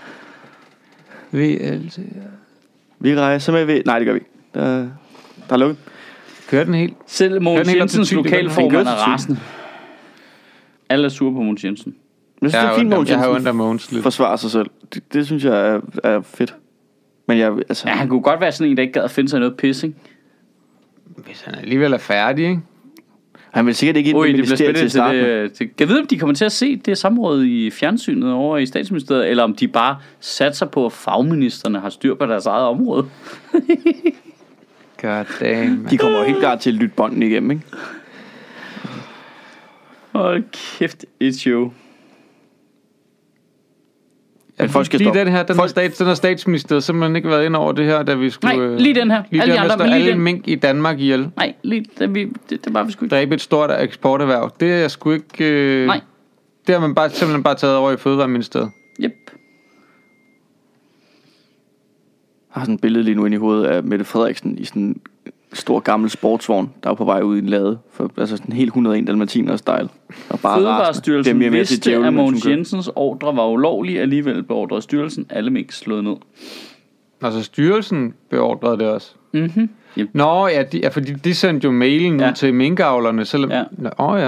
Vi rejser med nej, det gør vi ikke. Der er lukket. Kører den helt? Selv Mogens Jensens lokalformand er rasende. Alle er sure på Mogens Jensen. Jeg synes, det er fint, Mogens Jensen forsvarer sig selv. Det synes jeg er fedt. Men han kunne godt være sådan en, der ikke gad at finde sig noget pis, ikke? Hvis han alligevel er færdig, ikke? Han vil sikkert ikke ind i ministeriet til starten. Jeg ved, om de kommer til at se det samråd i fjernsynet over i Statsministeriet, eller om de bare satser på, at fagministerne har styr på deres eget område. God damn. De kommer jo helt klart til at lytte bånden igennem, ikke? Hold kæft, et show. Men folk skal stoppe. Den her statsministeriet simpelthen ikke været ind over det her, da vi skulle... Nej, lige den her. Alle mink i Danmark ihjel. Nej, lige det var vi sgu ikke. Dræbe et stort eksporterhverv. Det er sgu ikke... Nej. Det har man simpelthen bare taget over i Fødevareministeriet. Yep. Jeg har sådan et billede lige nu inde i hovedet af Mette Frederiksen i sådan en stor gammel sportsvogn, der er på vej ud i en lade. For, altså sådan helt 101 dalmatiner style. Fødevarestyrelsen vidste, at Mogens Jensens ordre var ulovlig. Alligevel beordrede styrelsen alle mink slået ned. Altså styrelsen beordrede det også. Mhm. Yep. Nå, ja, fordi de sendte jo mailen ud til minkavlerne, selvom... Ja. Ja.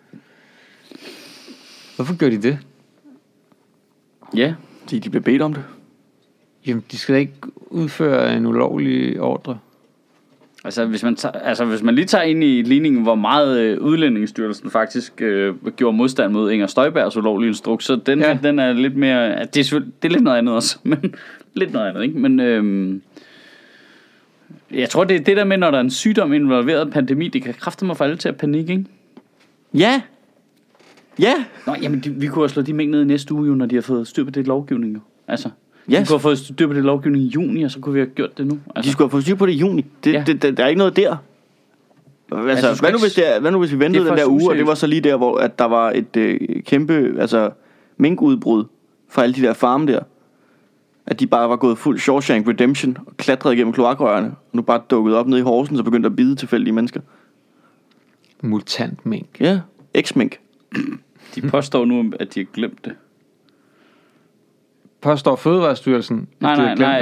Hvorfor gør de det? Ja. Fordi de bliver bedt om det. Jamen, de skal da ikke udføre en ulovlig ordre. Altså hvis man lige tager ind i ligningen, hvor meget Udlændingsstyrelsen faktisk gjorde modstand mod Inger Støjbergs ulovlige instruks, så den er lidt mere... Det er lidt noget andet også, men lidt noget andet, ikke? Men jeg tror, det er det der med, når der er en sygdom involveret pandemi, det kan kraftedeme få alle til at panik, ikke? Ja. Ja. Nå, jamen vi kunne have slået de mængder ned i næste uge, jo, når de har fået styr på det lovgivning, jo. Altså... Yes. De kunne have fået styr på det lovgivning i juni, og så kunne vi have gjort det nu. Altså. De skulle have fået styr på det i juni. Der er ikke noget der. Altså, hvad nu hvis vi ventede den der uge, og det var så lige der, hvor at der var et kæmpe minkudbrud fra alle de der farme der. At de bare var gået fuld Shawshank Redemption og klatrede igennem kloakrørene, og nu bare dukket op nede i Horsens og begyndte at bide tilfældige mennesker. Mutant mink. Ja, eks-mink. De påstår nu, at de har glemt det. Påstår Fødevarestyrelsen? Nej,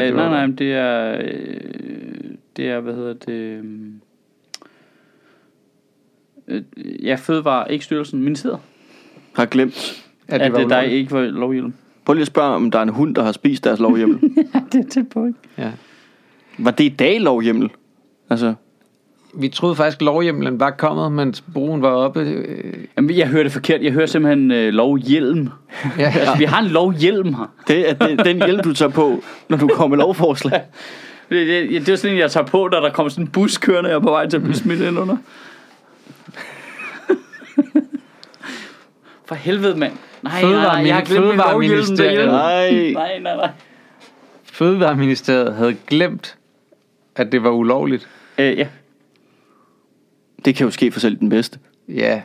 det er, hvad hedder det? Ja, Fødevare, ikke styrelsen, ministeriet. Har glemt. At det der ikke var lovhjelm. Prøv lige at spørge, om der er en hund, der har spist deres lovhjemmel. Ja, det er tæt på, ikke? Ja. Var det i dag lovhjemmel? Altså... Vi troede faktisk, lovhjemmelen var kommet, mens broen var oppe. Jamen, jeg hører det forkert. Jeg hører simpelthen lovhjelm. Ja. Altså, vi har en lovhjelm her. Det er den hjelm, du tager på, når du kommer med lovforslag. Det er sådan en, jeg tager på, da der kommer sådan en bus kørende, og jeg er på vej til at blive smidt ind under. For helvede, mand. Nej, jeg har glemt min lovhjelm derhjemme. Nej. Fødevareministeriet havde glemt, at det var ulovligt. Ja. Det kan jo ske for selv den bedste. Ja.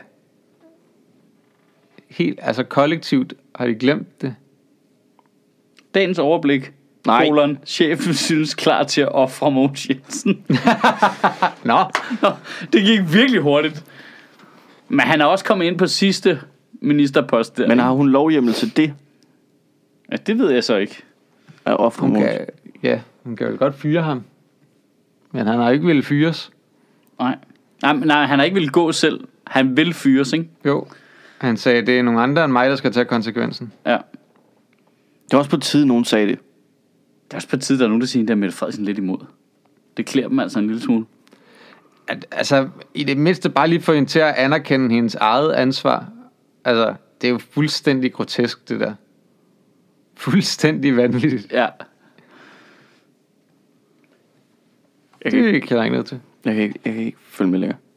Helt, altså kollektivt har de glemt det. Dagens overblik. Chefen synes klar til at ofre Mogens Jensen. Nå, det gik virkelig hurtigt. Men han er også kommet ind på sidste ministerpost der. Men har hun lovhjemmel til det? Ja, det ved jeg så ikke. At ofre Mogens? Ja, hun kan jo godt fyre ham. Men han har ikke ville fyres. Nej, han har ikke ville gå selv. Han vil fyres, ikke? Jo. Han sagde, det er nogle andre end mig, der skal tage konsekvensen. Ja. Det er også på tide, nogen sagde det. Det er også på tide, der er nogen, der siger, der er Mette Frederiksen lidt imod. Det klæder dem altså en lille smule. Altså, i det mindste bare lige få hende til at anerkende hendes eget ansvar. Altså, det er jo fuldstændig grotesk, det der. Fuldstændig vanvittigt. Ja. Det kan jeg ikke noget til. Jeg kan ikke følge med længere.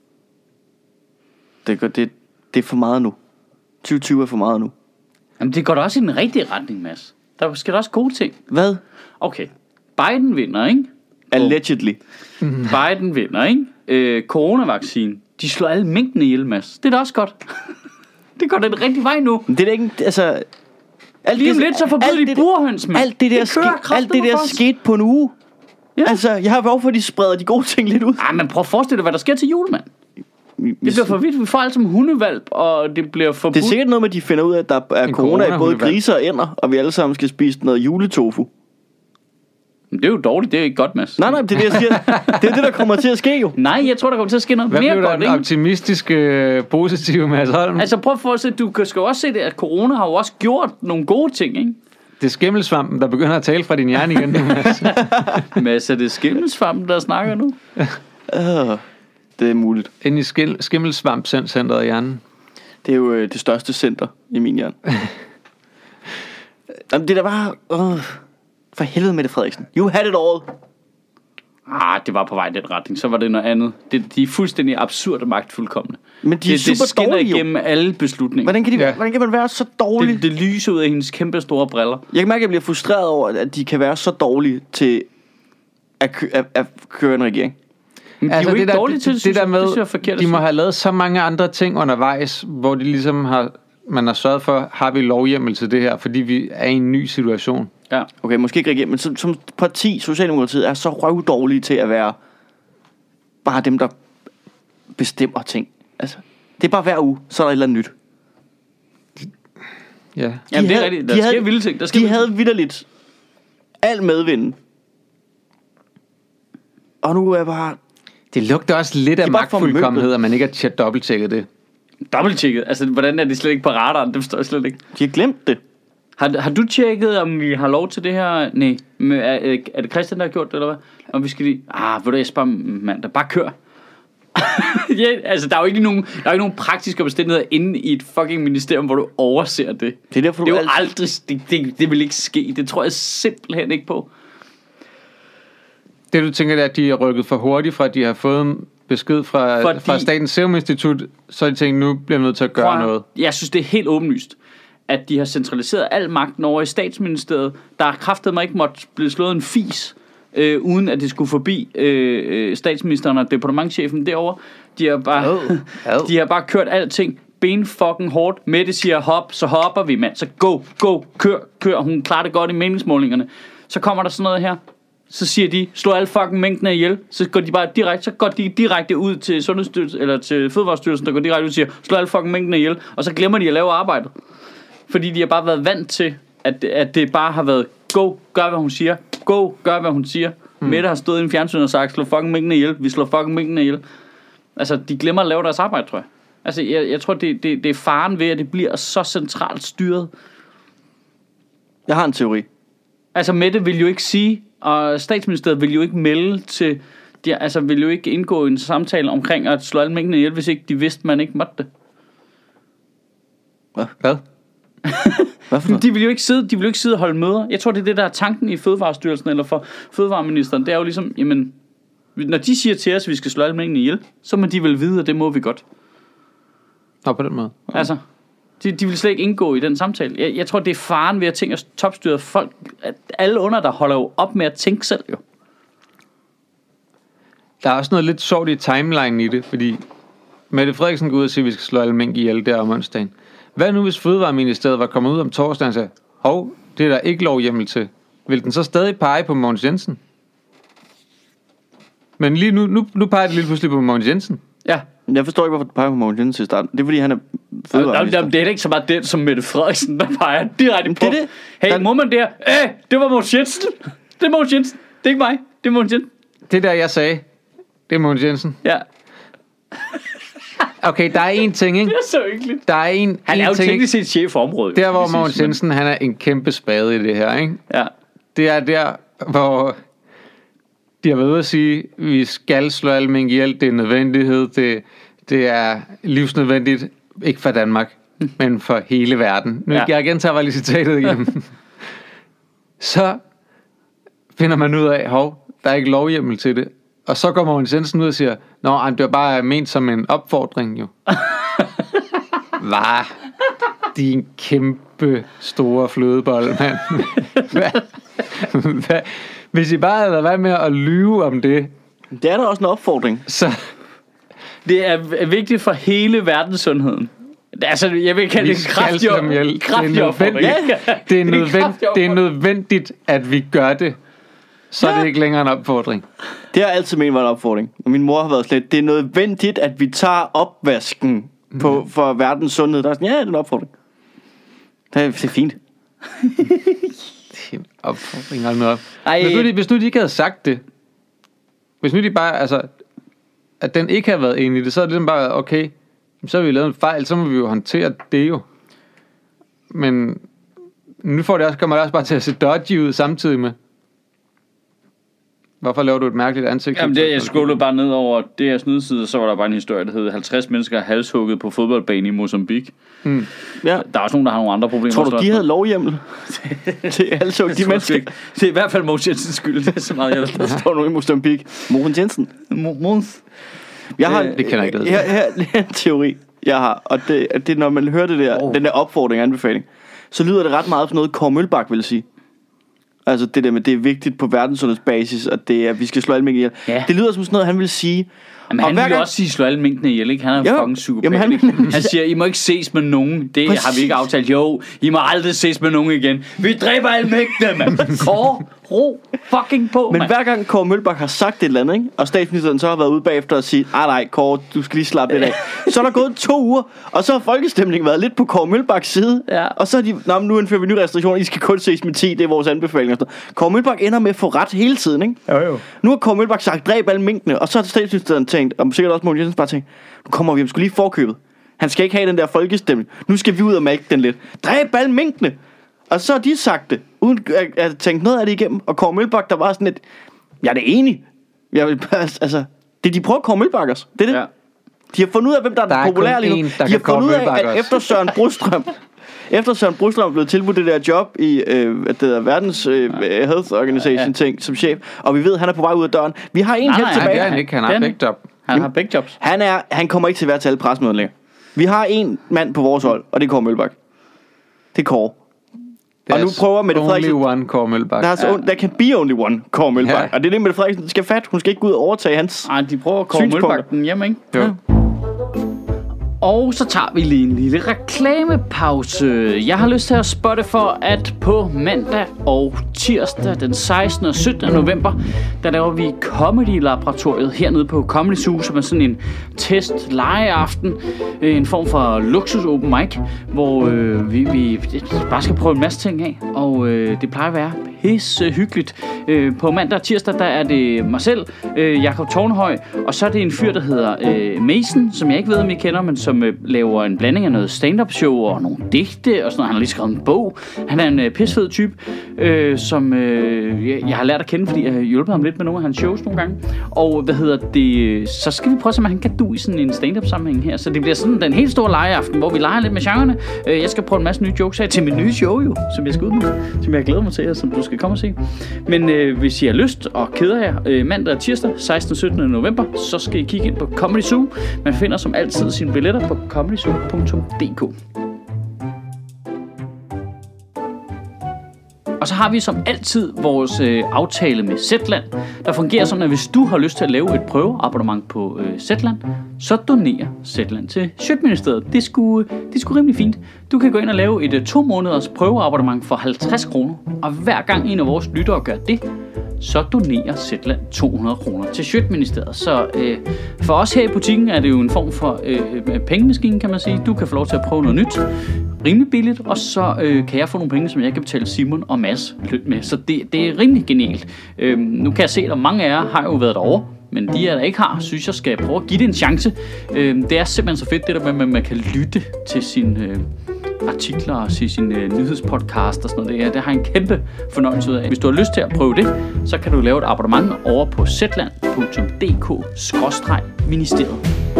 Det er for meget nu. 2020 er for meget nu. Jamen, det går da også i den rigtige retning, Mads. Der skal da også gode ting. Hvad? Okay. Biden vinder, ikke? Allegedly. Biden vinder, ikke? Coronavaccine. De slår alle minkene ihjel, Mads. Det er da også godt. Det går da den rigtige vej nu. Men det er da ikke, altså... Lige om lidt, så forbyder de burhøns, mand. Alt det der skete på en uge. Ja. Altså, jeg har behov for, at de spreder de gode ting lidt ud. Ej, men prøv at forestille dig, hvad der sker til jul, mand. Det bliver for vidt. Vi får alt som hundevalp, og det bliver forbudt. Det er sikkert noget med, at de finder ud af, at der er corona i både griser og ænder, og vi alle sammen skal spise noget juletofu. Men det er jo dårligt, det er ikke godt, Mads. Nej, det er det, jeg siger. Det er det, der kommer til at ske jo. Nej, jeg tror, der kommer til at ske noget mere godt, ikke? Hvad bliver der optimistiske, positive Mads Holm? Altså prøv at forestille, du skal også se det, at corona har jo også gjort nogle gode ting, ikke? Det er skimmelsvampen, der begynder at tale fra din hjerne igen. Mads, er det skimmelsvampen, der snakker nu? Det er muligt. Inde i skimmelsvampcenteret i hjernen. Det er jo det største center i min hjerne. Jamen, det der var... for helvede, Mette Frederiksen. You had it all. Det var på vej i den retning. Så var det noget andet. De er fuldstændig absurde magtfuldkomne. Men de er super dårlige jo. Igennem alle beslutninger. Hvordan kan man være så dårlig? Det lyser ud af hendes kæmpe store briller. Jeg kan mærke, at jeg bliver frustreret over, at de kan være så dårlige til at køre en regering. Men de er jo ikke dårlige til det der med, det forkert, de må have lavet så mange andre ting undervejs, hvor de ligesom har man har sørget for, har vi lovhjemmel til det her, fordi vi er i en ny situation. Ja. Okay, måske ikke regeringen, men som parti, Socialdemokratiet, er så røvdårlige til at være bare dem, der bestemmer ting. Altså, det er bare hver uge, så er der et eller andet nyt. Ja. Jamen, det er rigtigt. Der sker vilde ting. De havde vitterligt al medvinden. Og nu er bare... Det lugter også lidt af magtfuldkommenhed, at man ikke har dobbelttjekket det. Dobbelttjekket? Altså, hvordan er det slet ikke på radaren? Det forstår jeg slet ikke. De har glemt det. Har du tjekket, om vi har lov til det her? Nej. Er det Christian, der har gjort det, eller hvad? Om vi skal lige... ved du, jeg spørger mandag. Bare kør. Ja, altså, der er jo ikke nogen praktiske omstændigheder inde i et fucking ministerium, hvor du overser det. Det er derfor, det er jo aldrig... Det vil ikke ske. Det tror jeg simpelthen ikke på. Det du tænker, er, at de er rykket for hurtigt, fra at de har fået en besked fra Statens Serum Institut, så har de tænkt, nu bliver nødt til at gøre noget. Jeg synes, det er helt åbenlyst, at de har centraliseret al magten over i Statsministeriet. Der er kraftedeme ikke måtte blive slået en fis, uden at det skulle forbi statsministeren og departementschefen derovre. De har bare kørt alting ben fucking hårdt. Mette siger hop, så hopper vi, mand. Så go, kør. Hun klarer det godt i meningsmålingerne. Så kommer der sådan noget her. Så siger de, slå alle fucking mængdene ihjel. Så går de direkte ud til Sundhedsstyrelsen, eller til Fødevarestyrelsen, der går direkte ud og siger, slå alle fucking mængdene ihjel. Og så glemmer de at lave arbejdet. Fordi de har bare været vant til, at det bare har været, go, gør hvad hun siger. Go, gør hvad hun siger. Mette har stået i en fjernsyn og sagt, slå fucking mængdene ihjel. Vi slår fucking mængdene ihjel. Altså, de glemmer at lave deres arbejde, tror jeg. Altså, jeg tror, det er faren ved, at det bliver så centralt styret. Jeg har en teori. Altså, Mette vil jo ikke sige, og Statsministeriet vil jo ikke melde til, vil jo ikke indgå i en samtale omkring at slå alle mængdene ihjel, hvis ikke de vidste, man ikke måtte det. Hvad? De vil jo ikke sidde og holde møder. Jeg tror, det er det, der er tanken i Fødevarestyrelsen eller for Fødevareministeren. Det er jo ligesom, jamen, når de siger til os, at vi skal slå alle mængdene ihjel, så må de vel vide, at det må vi godt. Nå, på den måde. Altså, de vil slet ikke indgå i den samtale. Jeg tror, det er faren ved at tænke, at topstyret folk, at alle under der holder jo op med at tænke selv jo. Der er også noget lidt sjovt i timeline i det, fordi Mette Frederiksen går ud og siger, at vi skal slå alle mink ihjel der om onsdagen. Hvad nu, hvis Fødevareministeriet var kommet ud om torsdagen og sagde, det er der ikke lovhjemmel til. Vil den så stadig pege på Mogens Jensen? Men lige nu peger det lige pludselig på Mogens Jensen. Ja. Jeg forstår ikke, hvorfor du peger på Mogens Jensen i starten. Det er, fordi han er fødevareminister. Det er ikke så meget det, som Mette Frederiksen, der peger direkte på. Det. Hey, må man det her? Det var Mogens Jensen. Det er Mogens Jensen. Det er ikke mig. Det er Mogens Jensen. Det der, jeg sagde, det er Mogens Jensen. Ja. Okay, der er en ting, ikke? Det er så hyggeligt. Der er han er jo teknisk set chef for området. Der, hvor Mogens Jensen, han er en kæmpe spade i det her, ikke? Ja. Det er der, hvor de har været ude at sige, vi skal slå alle mink ihjel, det er nødvendighed, det er livsnødvendigt, ikke for Danmark, men for hele verden. Nu jeg gentager bare lige citatet igennem. Så finder man ud af, der er ikke lovhjemmel til det. Og så går Mogens Jensen ud og siger, det var bare ment som en opfordring jo. Hvad? Din kæmpe store flødebold, mand. Hvad? Hvis I bare havde været med at lyve om det. Det er da også en opfordring. Så det er vigtigt for hele verdenssundheden. Altså, jeg vil kalde det en kraftig opfordring. Det er nødvendigt, at vi gør det. Så er det ikke længere en opfordring. Det har altid ment var en opfordring. Og min mor har været slet, det er nødvendigt, at vi tager opvasken for verdens sundhed. Der er sådan, det er en opfordring. Det er fint. Det er en opfordring, hold nu op. Hvis nu de ikke havde sagt det, hvis nu de bare, at den ikke havde været enig i det, så er det bare, okay, så har vi lavet en fejl, så må vi jo håndtere det jo. Men nu kommer det også bare til at se dodgy ud samtidig med. Hvorfor laver du et mærkeligt ansigt? Jamen jeg scrollede bare ned over det her snydside, så var der bare en historie, der hed 50 mennesker halshugget på fodboldbane i Mozambique. Ja. Der er også nogen, der har nogle andre problemer. Tror du, de havde lovhjemmel til halshugget de mennesker? Det er i hvert fald Mogens Jensens skyld, det er så meget, der står nu i Mozambique. Mogens Jensen. Jeg har det kender jeg ikke. Her er en teori, jeg har, og det når man hører det der, den der opfordring og anbefaling, så lyder det ret meget som noget Kåre Mølbak vil sige. Altså det der med, det er vigtigt på verdenssundhedsbasis, og det er, at vi skal slå alle mink ihjel. Ja. Det lyder som sådan noget, han vil sige. Jamen, han vil jo også sige, slå alle minkene ihjel, ikke? Han er jo fucking psykopat. Han siger, I må ikke ses med nogen. Det præcis. Har vi ikke aftalt. Jo, I må aldrig ses med nogen igen. Vi dræber alle minkene, mand. Kåre, ro fucking på, men man. Hver gang Kåre Mølbak har sagt et eller andet, ikke? Og statsministeren så har været ude bagefter og sige, nej, Kåre, du skal lige slappe lidt af. Så er der gået 2 uger, og så har folkestemningen været lidt på Kåre Mølbaks side. Ja. Og så er de, nu indfører vi nye restriktioner, I skal kun ses med 10, det er vores anbefaling. Kåre Mølbak ender med at få ret hele tiden, ikke? Jo. Nu har Kåre Mølbak sagt, dræb alle minkene, og så har statsministeren tænkt, og sikkert også Mogens Jensen bare tænkt, nu kommer vi, skulle lige forkøbet. Han skal ikke have den der folkestemning. Nu skal vi ud og mælke den lidt. Dræb alle minkene! Og så har de sagt det, uden at tænke noget af det igennem. Og Kåre Mølbak, der var sådan et, jeg er det enig. Jeg vil, altså, det de prøver Kåre Mølbak også. Det er det. Ja. De har fundet ud af, hvem der er populær lige nu. De har fundet ud af, at efter Søren Brostrøm er blevet tilbudt det der job i verdens Health Organization ting som chef, og vi ved, at han er på vej ud af døren. Vi har en helt tilbage. Han har begge job. Han har begge jobs. Han kommer ikke til at være til alle pressemøder længere. Vi har en mand på vores hold, og det er Kåre Mølbak. Det er Kåre. Og nu prøver Mette Frederiksen. Only one Kåre Mølbak. Der kan be only one Kåre Mølbak. Ja. Og det er det, Mette Frederiksen skal fat. Hun skal ikke gå ud og overtage hans. Nej, de prøver Kåre Mølbak den hjemme, ikke? Jo. Ja. Og så tager vi lige en lille reklamepause. Jeg har lyst til at spotte for, at på mandag og tirsdag den 16. og 17. november, der laver vi Comedy-laboratoriet hernede på Comedy Zoo, som er sådan en test-legeaften. En form for luksus open mic, hvor vi bare skal prøve en masse ting af. Og det plejer at være pisse hyggeligt. På mandag og tirsdag, der er det mig selv, Jakob Tornhøj, og så er det en fyr, der hedder Mason, som jeg ikke ved, om I kender, men som laver en blanding af noget stand-up show og nogle digte og sådan noget. Han har lige skrevet en bog. Han er en pissefed type, som jeg har lært at kende, fordi jeg har hjulpet ham lidt med nogle af hans shows nogle gange. Og så skal vi prøve at se, om han kan du i sådan en stand-up sammenhæng her. Så det bliver sådan den helt store legeaften, hvor vi leger lidt med genrerne. Jeg skal prøve en masse nye jokes af til mit nye show jo, som jeg skal ud med, som jeg glæder mig til, og som du skal komme og se. Men hvis I har lyst og keder jer mandag og tirsdag 16. og 17. november, så skal I kigge ind på Comedy Zoo. Man finder som altid sine billetter på comedyzoo.dk. Og så har vi som altid vores aftale med Zetland, der fungerer sådan, at hvis du har lyst til at lave et prøveabonnement på Zetland, så donerer Zetland til Sjøtministeriet. Det er sgu rimelig fint. Du kan gå ind og lave et 2 måneders prøveabonnement for 50 kroner, og hver gang en af vores lyttere gør det, så donerer Zetland 200 kroner til Sjøtministeriet. Så for os her i butikken er det jo en form for pengemaskine, kan man sige. Du kan få lov til at prøve noget nyt, rimelig billigt, og så kan jeg få nogle penge, som jeg kan betale Simon og Mads løn med. Så det er rimelig genialt. Nu kan jeg se, at mange af jer har jo været derovre, men de der ikke har, synes jeg skal prøve at give det en chance. Det er simpelthen så fedt, det der med, at man kan lytte til sine artikler og sin nyhedspodcast og sådan noget. Det har en kæmpe fornøjelse ud af. Hvis du har lyst til at prøve det, så kan du lave et abonnement over på zetland.dk/ministeriet.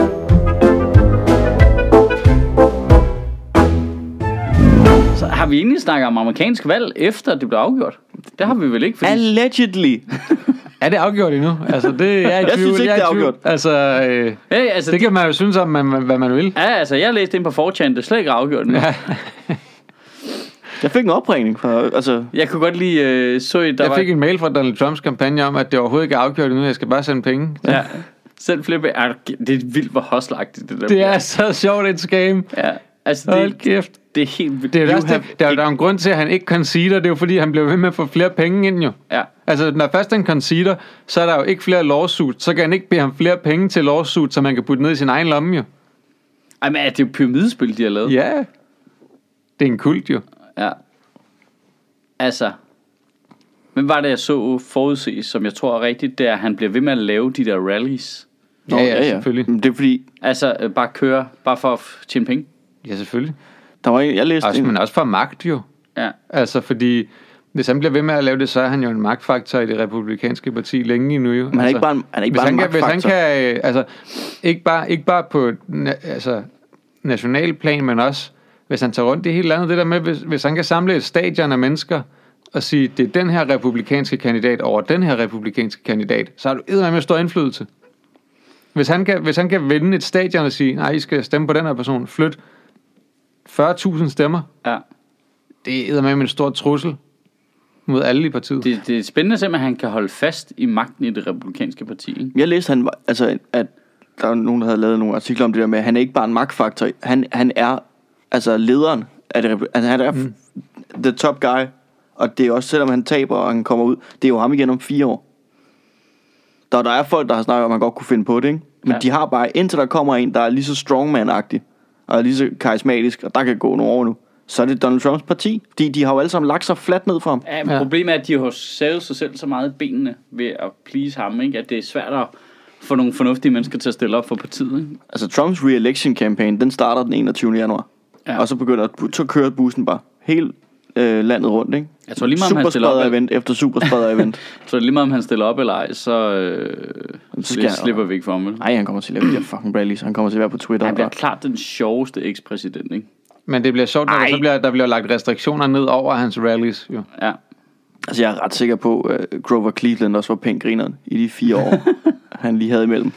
Så har vi egentlig snakket om amerikansk valg, efter det blev afgjort? Det har vi vel ikke, fordi... Allegedly. Er det afgjort endnu? Altså, det er jeg synes ikke, det er afgjort. Altså, det kan man jo synes om, hvad man vil. Ja, altså, jeg læste ind på 4chan, det er slet ikke afgjort endnu. Ja. Jeg fik en opringning fra, altså... Jeg kunne godt lige jeg fik en mail fra Donald Trumps kampagne om, at det overhovedet ikke er afgjort endnu, jeg skal bare sende penge. Ja, selv flere det er vildt hvor hustlagtigt, det der. Det er så sjovt et scam. Ja, altså hold kæft. Det er helt vildt. Der er jo en grund til, at han ikke conceder. Det er jo fordi, han bliver ved med at få flere penge ind jo. Ja. Altså, når først han conceder, så er der jo ikke flere lawsuits. Så kan han ikke bede ham flere penge til lawsuits, så man kan putte ned i sin egen lomme jo. Ej, men er det jo pyramidespil, de har lavet? Ja. Det er en kult jo. Ja. Altså, men var det, jeg så forudses, som jeg tror er rigtigt, det er, at han bliver ved med at lave de der rallies. Ja, selvfølgelig. Men det er fordi... Altså, bare køre, bare for at tjene penge. Ja, selvfølgelig. Der var en, jeg læste men også for magt jo. Ja. Altså, fordi hvis han bliver ved med at lave det, så er han jo en magtfaktor i det republikanske parti længe endnu jo. Men han er ikke bare en magtfaktor. Hvis han kan, altså, ikke bare på national plan, men også, hvis han tager rundt i hele landet, det der med, hvis han kan samle et stadion af mennesker, og sige, det er den her republikanske kandidat over den her republikanske kandidat, så har du eddermame stor indflydelse. Hvis han kan vinde et stadion og sige, nej, I skal stemme på den her person, flyt 40.000 stemmer. Ja. Det er eddermame en stor trussel mod alle i partiet. Det er spændende at se, at han kan holde fast i magten i det republikanske parti. Ikke? Jeg læste, at der var nogen, der havde lavet nogle artikler om det der med, at han er ikke bare en magtfaktor. Han er altså lederen af det. Altså, han er the top guy. Og det er også, selvom han taber, og han kommer ud, det er jo ham igen om 4 år. Der er folk, der har snakket om, at man godt kunne finde på det, ikke? Men de har bare, indtil der kommer en, der er lige så strongman-agtig, og er lige så karismatisk, og der kan gå nogle år nu, så er det Donald Trumps parti. De har jo alle sammen lagt sig fladt ned for ham. Ja, men problemet er, at de har savet sig selv så meget i benene ved at please ham, ikke? At det er svært at få nogle fornuftige mennesker til at stille op for partiet. Ikke? Altså Trumps re-election campaign, den starter den 21. januar. Ja. Og så kører bussen bare helt landet rundt, ikke? Jeg tror lige meget, om han stiller op event efter superspreder-event. Så lige meget, om han stiller op eller ej, så slipper vi ikke for ham. Nej, han kommer til at lave de her fucking rallies. Han kommer til at være på Twitter. Han bliver klart den sjoveste ekspræsident, ikke? Men det bliver sjovt, når der bliver lagt restriktioner ned over hans rallies, jo. Ja. Altså, jeg er ret sikker på, at Grover Cleveland også var pænt grineren i de 4 år, han lige havde imellem.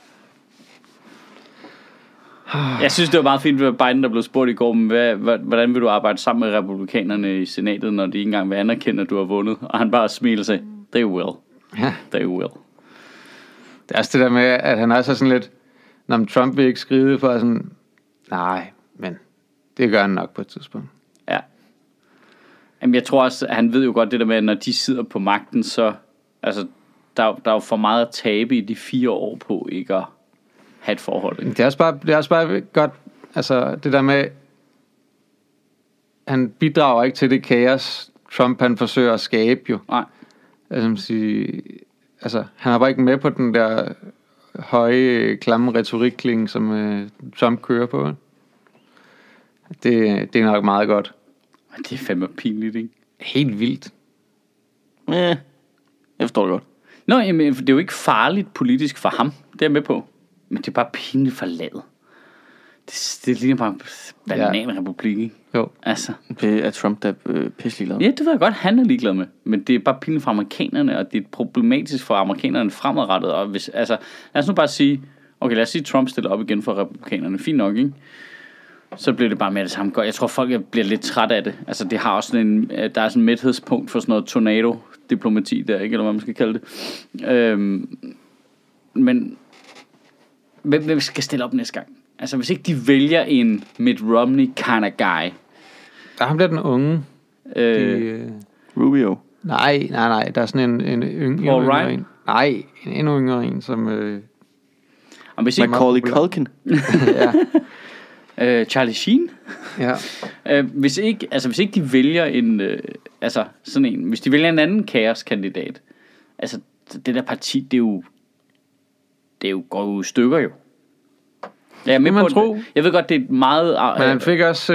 Jeg synes, det var meget fint, at Biden, der blev spurgt i går, men hvordan vil du arbejde sammen med republikanerne i senatet, når de ikke engang vil anerkende, at du har vundet? Og han bare smiler sig, they will. Ja. They will. Det er også det der med, at han også er sådan lidt, når Trump vil ikke skrive for sådan, nej, men det gør han nok på et tidspunkt. Ja. Jamen, jeg tror også, at han ved jo godt det der med, at når de sidder på magten, så, altså, der er jo for meget at tabe i de 4 år på ikke at have et forhold. Ikke? Det er også bare godt, altså det der med, han bidrager ikke til det kaos, Trump han forsøger at skabe jo. Nej. Altså han er bare ikke med på den der høje, klamme retorikkling, som Trump kører på. Det er nok meget godt. Det er fandme pinligt, ikke? Helt vildt. Jeg forstår det godt. Nå, jamen, det er jo ikke farligt politisk for ham, det er jeg med på. Men det er bare pinligt for landet. Det ligner bare bananrepublik, ikke? Jo. Altså. Det er Trump, der er pisselig glad. Ja, det ved jeg godt, han er ligeglad med. Men det er bare pinligt for amerikanerne, og det er problematisk for amerikanerne fremadrettet. Og hvis, altså, lad os nu bare sige, okay, lad os sige, at Trump stiller op igen for republikanerne. Fint nok, ikke? Så bliver det bare med det samme. Jeg tror, folk bliver lidt træt af det. Altså, det har også sådan der er sådan en mæthedspunkt for sådan noget tornado-diplomati der, ikke? Eller hvad man skal kalde det. Men hvem skal stille op næste gang? Altså, hvis ikke de vælger en Mitt Romney kind of guy. Der bliver den unge. Rubio. Nej. Der er sådan en yngre en. Nej, en endnu yngre en, som... Macaulay Culkin. Ja. Charlie Sheen. Ja. Hvis ikke de vælger en, sådan en, hvis de vælger en anden kaoskandidat, altså det der parti, det er jo går jo i stykker jo. Ja, men man tro. Jeg ved godt, det er meget. Men han fik også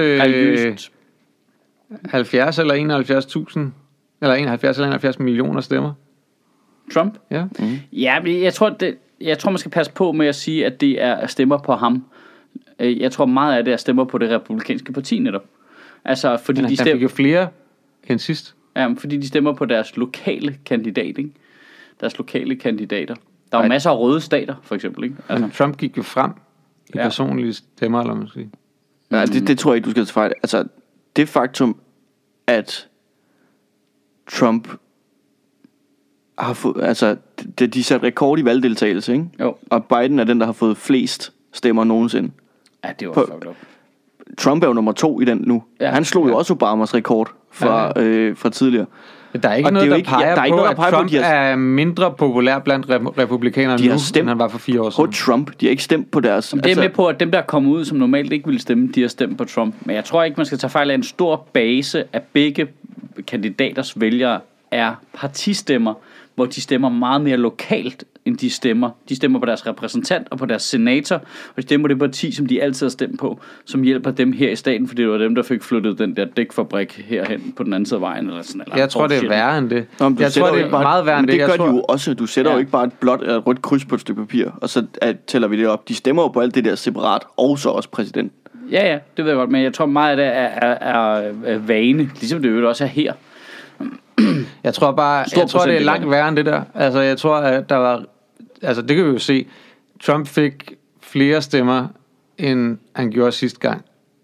70 eller 71.000 eller 71 millioner stemmer. Trump? Ja. Mm. Ja, men jeg tror man skal passe på med at sige, at det er stemmer på ham. Jeg tror meget af det er stemmer på det republikanske parti netop. Altså fordi de stemmer jo flere end sidst. Ja, fordi de stemmer på deres lokale kandidat, ikke? Deres lokale kandidater. Der er jo masser af røde stater, for eksempel, ikke? Altså. Men Trump gik jo frem i personlige stemmer, eller man skal sige. Nej, det tror jeg ikke, du skal tage fejl. Altså, det faktum, at Trump har fået, altså, de satte rekord i valgdeltagelse, ikke? Jo. Og Biden er den, der har fået flest stemmer nogensinde. Ja, det var fucked up. Trump er jo nummer 2 i den nu. Ja, han slog jo også Obamas rekord fra tidligere. Der er ikke noget, der peger på, at Trump er mindre populær blandt republikanerne nu, end han var for 4 år siden. På Trump. De har ikke stemt på deres... Det er med på, at dem, der er kommet ud, som normalt ikke ville stemme, de har stemt på Trump. Men jeg tror ikke, man skal tage fejl af en stor base af begge kandidaters vælgere er partistemmer, hvor de stemmer meget mere lokalt, end de stemmer. De stemmer på deres repræsentant og på deres senator, og de stemmer det parti, som de altid har stemt på, som hjælper dem her i staten, fordi det var dem, der fik flyttet den der dækfabrik herhen på den anden side af vejen. Eller sådan, eller jeg tror, det er værre end det. Nå, jeg tror, det er meget værre end det. Men det gør de jo også. Du sætter jo ikke bare et blåt eller et rødt kryds på et stykke papir, og så tæller vi det op. De stemmer jo på alt det der separat, og så også præsident. Ja, det ved jeg godt, men jeg tror meget af det er vane, ligesom det jo også er her. Jeg tror det er langt værre end det der. Altså, jeg tror, at der var... Altså, det kan vi jo se. Trump fik flere stemmer, end han gjorde sidste gang.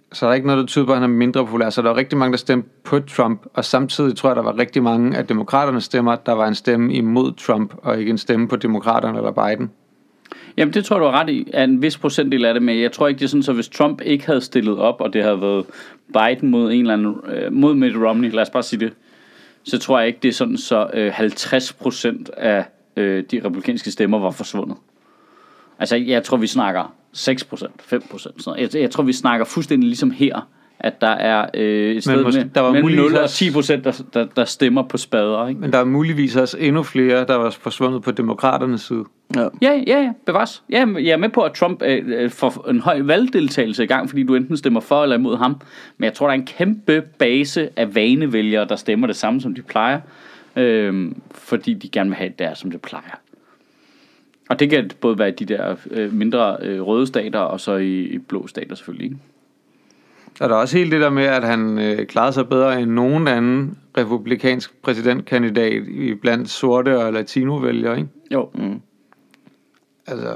så er der ikke noget, der tyder på, at han er mindre populær. Så der var rigtig mange, der stemte på Trump, og samtidig tror jeg, der var rigtig mange af demokraternes stemmer, der var en stemme imod Trump, og ikke en stemme på demokraterne eller Biden. Jamen det tror jeg, du har ret i, af en vis procentdel af det, men jeg tror ikke, det er sådan, så hvis Trump ikke havde stillet op, og det havde været Biden mod en eller anden, mod Mitt Romney, lad os bare sige det, så tror jeg ikke, det er sådan, så 50% af de republikanske stemmer var forsvundet. Altså, jeg tror, vi snakker 6%, 5%. Sådan noget. Jeg tror, vi snakker fuldstændig ligesom her, at der er et sted mellem 0 og 10%, der stemmer på spader. Ikke? Men der er muligvis også endnu flere, der var forsvundet på demokraternes side. Ja, bevares. Ja, jeg er med på, at Trump får en høj valgdeltagelse i gang, fordi du enten stemmer for eller imod ham. Men jeg tror, der er en kæmpe base af vanevælgere, der stemmer det samme, som de plejer. Fordi de gerne vil have det som det plejer. Og det kan både være i de der mindre røde stater, og så i blå stater selvfølgelig. Ikke? Og der er også helt det der med, at han klarede sig bedre end nogen anden republikansk præsidentkandidat blandt sorte og latinovælgere, ikke? Jo. Altså,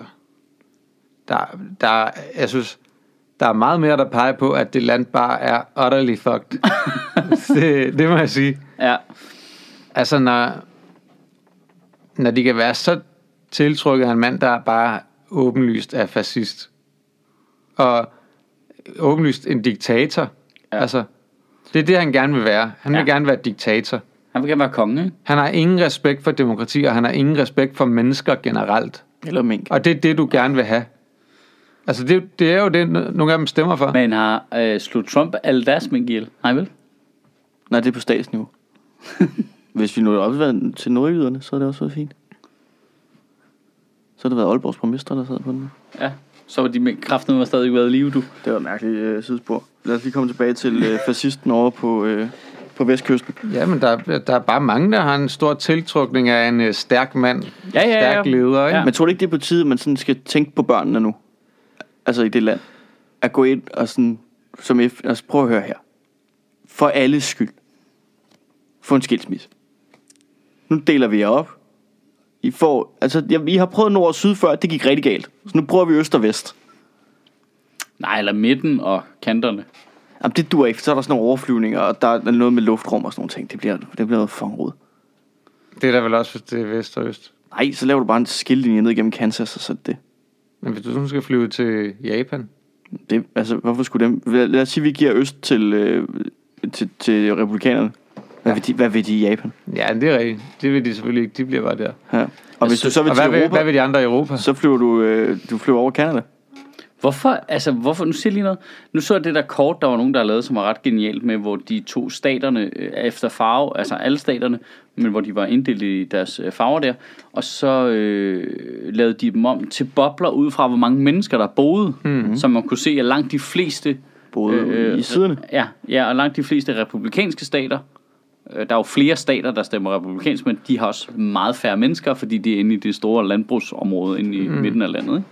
jeg synes, der er meget mere, der peger på, at det land bare er utterly fucked. det må jeg sige. Ja. Altså, når de kan være så tiltrykket af en mand, der bare åbenlyst er fascist, og åbenlyst en diktator. Ja. Altså, det er det, han gerne vil være. Han vil gerne være diktator. Han vil gerne være konge, ikke? Han har ingen respekt for demokrati, og han har ingen respekt for mennesker generelt. Eller mink. Og det er det, du gerne vil have. Altså, det er jo det, nogle af dem stemmer for. Men har slået Trump alle deres mink ihjel? Nej, vel? Nej, det er på statsniveau. Hvis vi nu er opværet til nordjyderne, så er det også været fint. Så har det været Aalborgs borgmester, der sad på den. Ja, så var de kræfterne var stadig været i live, du. Det var et mærkeligt sidespor. Lad os lige komme tilbage til fascisten over på vestkysten. Ja, men der er bare mange, der har en stor tiltrukning af en stærk mand. Stærk leder, ikke? Ja. Men tror du ikke, det er på tide, at man sådan skal tænke på børnene nu? Altså i det land. At gå ind og sådan, altså prøv at høre her. For alles skyld. Få en skilsmisse. Nu deler vi jer op. I har prøvet nord og syd før, det gik rigtig galt. Så nu prøver vi øst og vest. Nej, eller midten og kanterne. Jamen det dur ikke, så er der sådan nogle overflyvninger, og der er noget med luftrum og sådan nogle ting. Det bliver noget fangrod. Det er der vel også, hvis det er vest og øst. Nej, så laver du bare en skillelinje ned igennem Kansas, og så det. Men hvis du sådan skal flyve til Japan? Det, altså, hvorfor skulle dem... Lad os sige, vi giver øst til republikanerne. Hvad vil de i Japan? Ja, det er rigtigt. Det vil de selvfølgelig ikke. De bliver bare der. Ja. Og hvis du så vil til Europa... Hvad vil de andre i Europa? Så flyver du flyver over Canada. Hvorfor? Nu siger jeg lige noget. Nu så jeg det der kort, der var nogen, der har lavet, som var ret genialt med, hvor de to staterne efter farve, altså alle staterne, men hvor de var inddelt i deres farver der, og så lavede de dem om til bobler ud fra, hvor mange mennesker der boede, så man kunne se, at langt de fleste boede i siderne. Ja, og langt de fleste republikanske stater, der er jo flere stater, der stemmer republikansk, men de har også meget færre mennesker, fordi de er inde i det store landbrugsområde inde i midten af landet, ikke?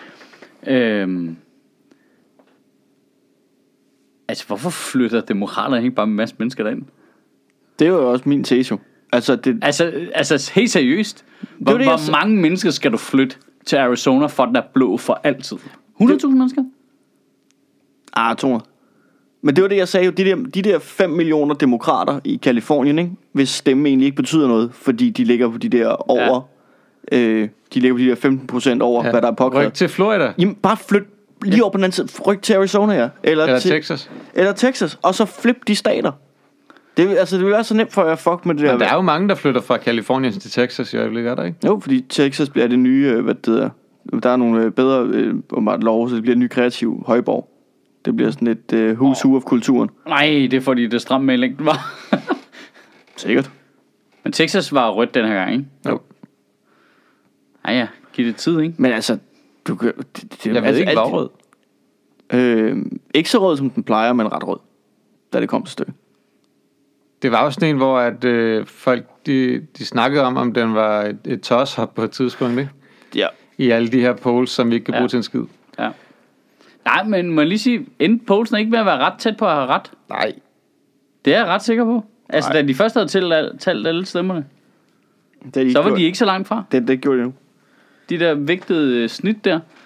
Altså hvorfor flytter demokraterne ikke bare en masse mennesker derind? Det er jo også min tese. Altså helt seriøst, hvor mange mennesker skal du flytte til Arizona for den er blå for altid? 100.000 mennesker? 200. Men det var det jeg sagde jo, de der 5 millioner demokrater i Kalifornien, ikke? Hvis stemme egentlig ikke betyder noget, fordi de ligger på de der over de ligger på de der 15% over, hvad der er påkrævet. Ryk til Florida. Jamen, bare flyt lige over på den anden side. Ryk til Arizona, ja. Eller til Texas. Eller Texas. Og så flip de stater. Det vil være så nemt for at fuck med det der. Men der er jo mange, der flytter fra Kalifornien til Texas i øjeblikket, er der ikke? Jo, fordi Texas bliver det nye, der er nogle bedre lov, så det bliver en ny kreativ højborg. Det bliver sådan et who's who of kulturen. Nej, det er fordi det stramme med længden var. Sikkert. Men Texas var rødt den her gang, ikke? Jo. Ja, giv det tid, ikke? Men altså, jeg ved ikke, hvor rød. Ikke så rød, som den plejer, men ret rød, da det kom til stykket. Det var jo sådan en, hvor at, folk, de snakkede om den var et toshop på et tidspunkt, ikke? Ja. I alle de her polls, som vi ikke kan bruge til en skid. Ja. Nej, men må jeg lige sige, endte pollsen ikke ved at være ret tæt på at have ret? Nej. Det er jeg ret sikker på. Altså, da de først havde talt alle stemmerne, så var de ikke så langt fra. Det gjorde de nu. De der vægtede snit der.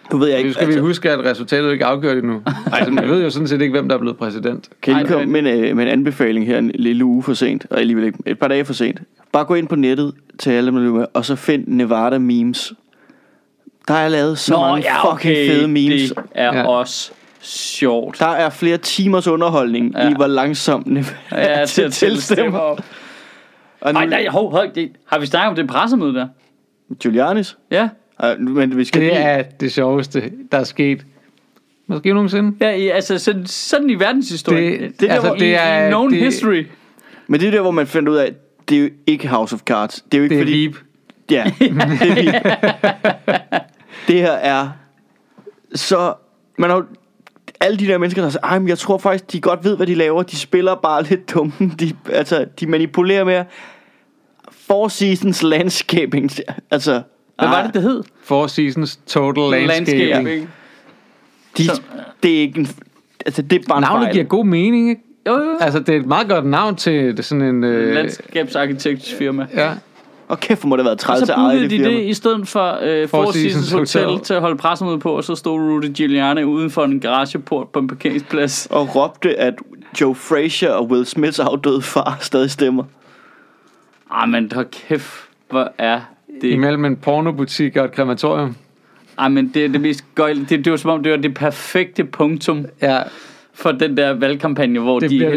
Nu ved jeg ikke. Nu skal vi huske, at resultatet ikke er afgjort endnu. Altså, man ved jo sådan set ikke, hvem der er blevet præsident. Kan I komme med en anbefaling her en lille uge for sent, og alligevel ikke, et par dage for sent. Bare gå ind på nettet til alle med, og så find Nevada memes. Der er lavet så mange fucking fede memes. Det er også sjovt. Der er flere timers underholdning i, hvor langsomt Nevada er til at tilstemme. Nej, har vi snakket om det pressemøde der? Giulianis? Ja. Men vi skal det er det sjoveste, der er sket. Måske nogensinde. Ja, altså sådan i verdenshistorien. Det er known history. Men det er der, hvor man finder ud af, det er jo ikke House of Cards. Det er jo ikke det er fordi... Veep. Ja, det er Veep. Det her er så... Man har alle de der mennesker, der siger, men jeg tror faktisk, de godt ved, hvad de laver. De spiller bare lidt dumme. De manipulerer med Four Seasons Landscaping. Altså... Hvad var det hed? Four Seasons Total Landscaping. Det er ikke en... Altså, det er bare en navnet fejl. giver god mening, ikke? Jo. Altså, det er et meget godt navn til sådan en... landskabsarkitektsfirma. Ja. Og kæft, hvor må det have været træls at at eje det firma. Så det i stedet for Four Seasons Hotel til at holde pressemøde på, og så stod Rudy Giuliani uden for en garageport på en parkeringsplads. Og råbte, at Joe Frazier og Will Smiths afdøde far stadig stemmer. Men hold kæft, hvor er det... Imellem en pornobutik og et krematorium. Men det er det mest gøjle. Det var som om, det var det perfekte punktum for den der valgkampagne, hvor det bliver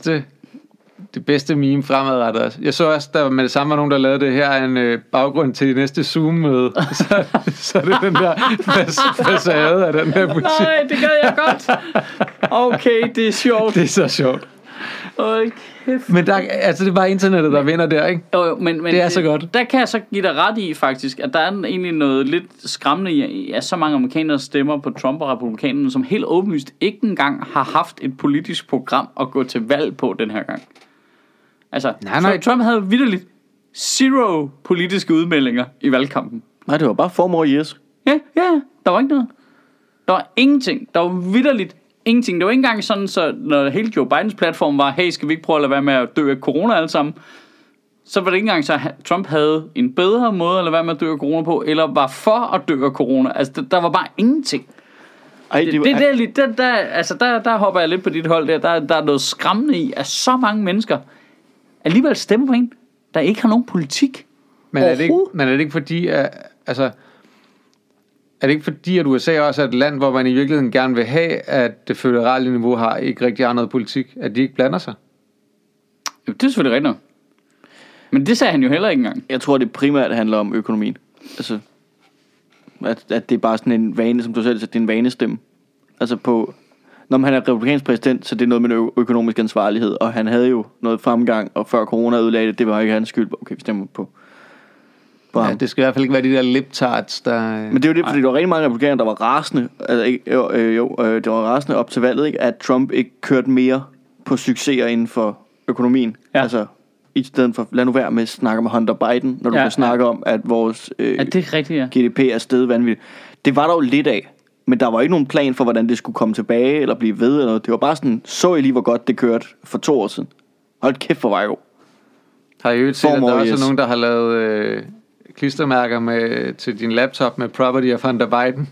det bedste meme fremadrettet også. Jeg så også, der med det samme var nogen, der lavede det her en baggrund til det næste Zoom-møde. så er det den der facade af den der butik. Nej, det gad jeg godt. Okay, det er sjovt. Det er så sjovt. Kæft. Men der, altså det er bare internettet, der vinder der, ikke? Jo, men det er så godt. Der kan jeg så give dig ret i faktisk, at der er egentlig noget lidt skræmmende i, at så mange amerikanere stemmer på Trump og republikanerne, som helt åbenlyst ikke engang har haft et politisk program at gå til valg på den her gang. Altså, nej. Trump havde vitterligt 0 politiske udmeldinger i valgkampen. Nej, det var bare 4 more years. Ja, der var ikke noget. Der var ingenting. Der var vitterligt ingenting. Det var ikke engang sådan, så når hele Joe Bidens platform var, hey, skal vi ikke prøve at lade være med at dø af corona alle sammen? Så var det ikke engang så, at Trump havde en bedre måde at lade være med at dø af corona på, eller var for at dø af corona. Altså, der var bare ingenting. Der hopper jeg lidt på dit hold der. Der er noget skræmmende i, at så mange mennesker alligevel stemmer på en, der ikke har nogen politik. Men er det ikke fordi, altså... Er det ikke fordi, at USA også er et land, hvor man i virkeligheden gerne vil have, at det føderale niveau har ikke rigtig har noget politik? At de ikke blander sig? Jo, det er selvfølgelig rigtigt nok. Men det sagde han jo heller ikke engang. Jeg tror, det primært handler om økonomien. Altså, at det er bare sådan en vane, som du selv siger, det er en vanestemme. Altså når han er republikansk præsident, så det er noget med økonomisk ansvarlighed. Og han havde jo noget fremgang, og før corona ødelagde det var ikke hans skyld. Okay, vi stemmer på. Ja, det skal i hvert fald ikke være de der lip-tarts, der... Men det er jo det, fordi der var rigtig mange republikanere, der var rasende. Altså, det var rasende op til valget, ikke? At Trump ikke kørte mere på succeser inden for økonomien. Ja. Altså, i stedet for, lad nu være med at snakke med Hunter Biden, når du kan snakke om, at vores det er rigtigt, GDP er steget vanvittigt. Det var der jo lidt af, men der var ikke nogen plan for, hvordan det skulle komme tilbage, eller blive ved, eller noget. Det var bare sådan, så I lige, hvor godt det kørte for 2 år siden. Hold kæft, hvor var jeg god. Har I jo set, at der er også nogen, der har lavet... klistermærker til din laptop med property of Hunter Biden.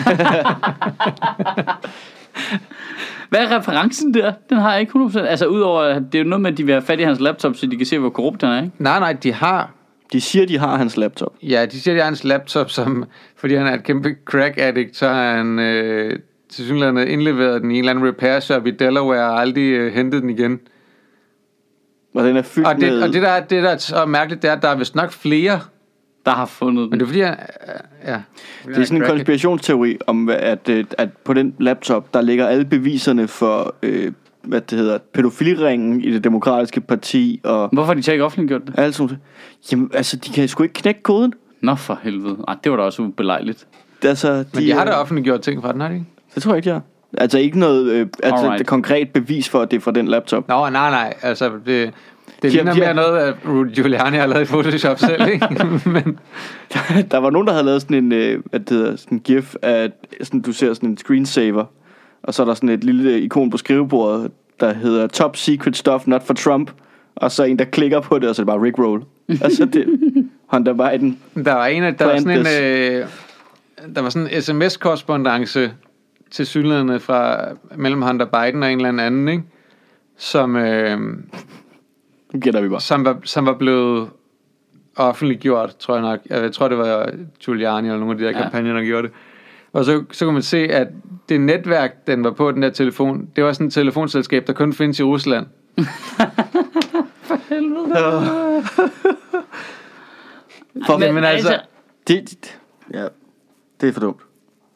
Hvad er referencen der? Den har jeg ikke 100%. Altså udover, det er jo noget med, at de vil have fat i hans laptop, så de kan se, hvor korrupt han er, ikke? Nej, de har. De siger, de har hans laptop. Ja, de siger, de har hans laptop, fordi han er et kæmpe crack addict, så har han til synligheden indleveret den i en eller anden repair shop i Delaware og aldrig hentet den igen. Og den er fyldt med... Og det der er så mærkeligt, det er, at der er vist nok flere, der har fundet den. Men det er fordi, det er sådan en konspirationsteori om, at på den laptop, der ligger alle beviserne for, pædofiliringen i det demokratiske parti. Og hvorfor har de så ikke offentliggjort det? Altså, jamen, altså, de kan sgu ikke knække koden. Nå for helvede. Det var da også ubelejligt. Altså, men de har da offentliggjort ting fra den, har de ikke? Det tror jeg ikke, de har. Altså ikke noget det konkret bevis for, at det er fra den laptop. Nå, nej. Altså, det ligner mere noget, at Rudy Giuliani har lavet i Photoshop selv, ikke? Men der var nogen, der havde lavet sådan en, sådan en gif af, sådan, du ser sådan en screensaver, og så er der sådan et lille ikon på skrivebordet, der hedder Top Secret Stuff Not for Trump, og så en, der klikker på det, og så er det bare Rickroll. Altså det, Hunter Biden. Der var sådan der var sådan en sms-korrespondance til synligheden fra mellem Hunter Biden og en eller anden, ikke? Som gætter vi bare. Som var blevet offentliggjort, tror jeg nok. Jeg tror, det var Giuliani eller nogle af de der kampagner, der gjorde det. Og så kunne man se, at det netværk, den var på, den der telefon, det var sådan et telefonselskab, der kun findes i Rusland. For helvede. Men altså... Det er for dumt.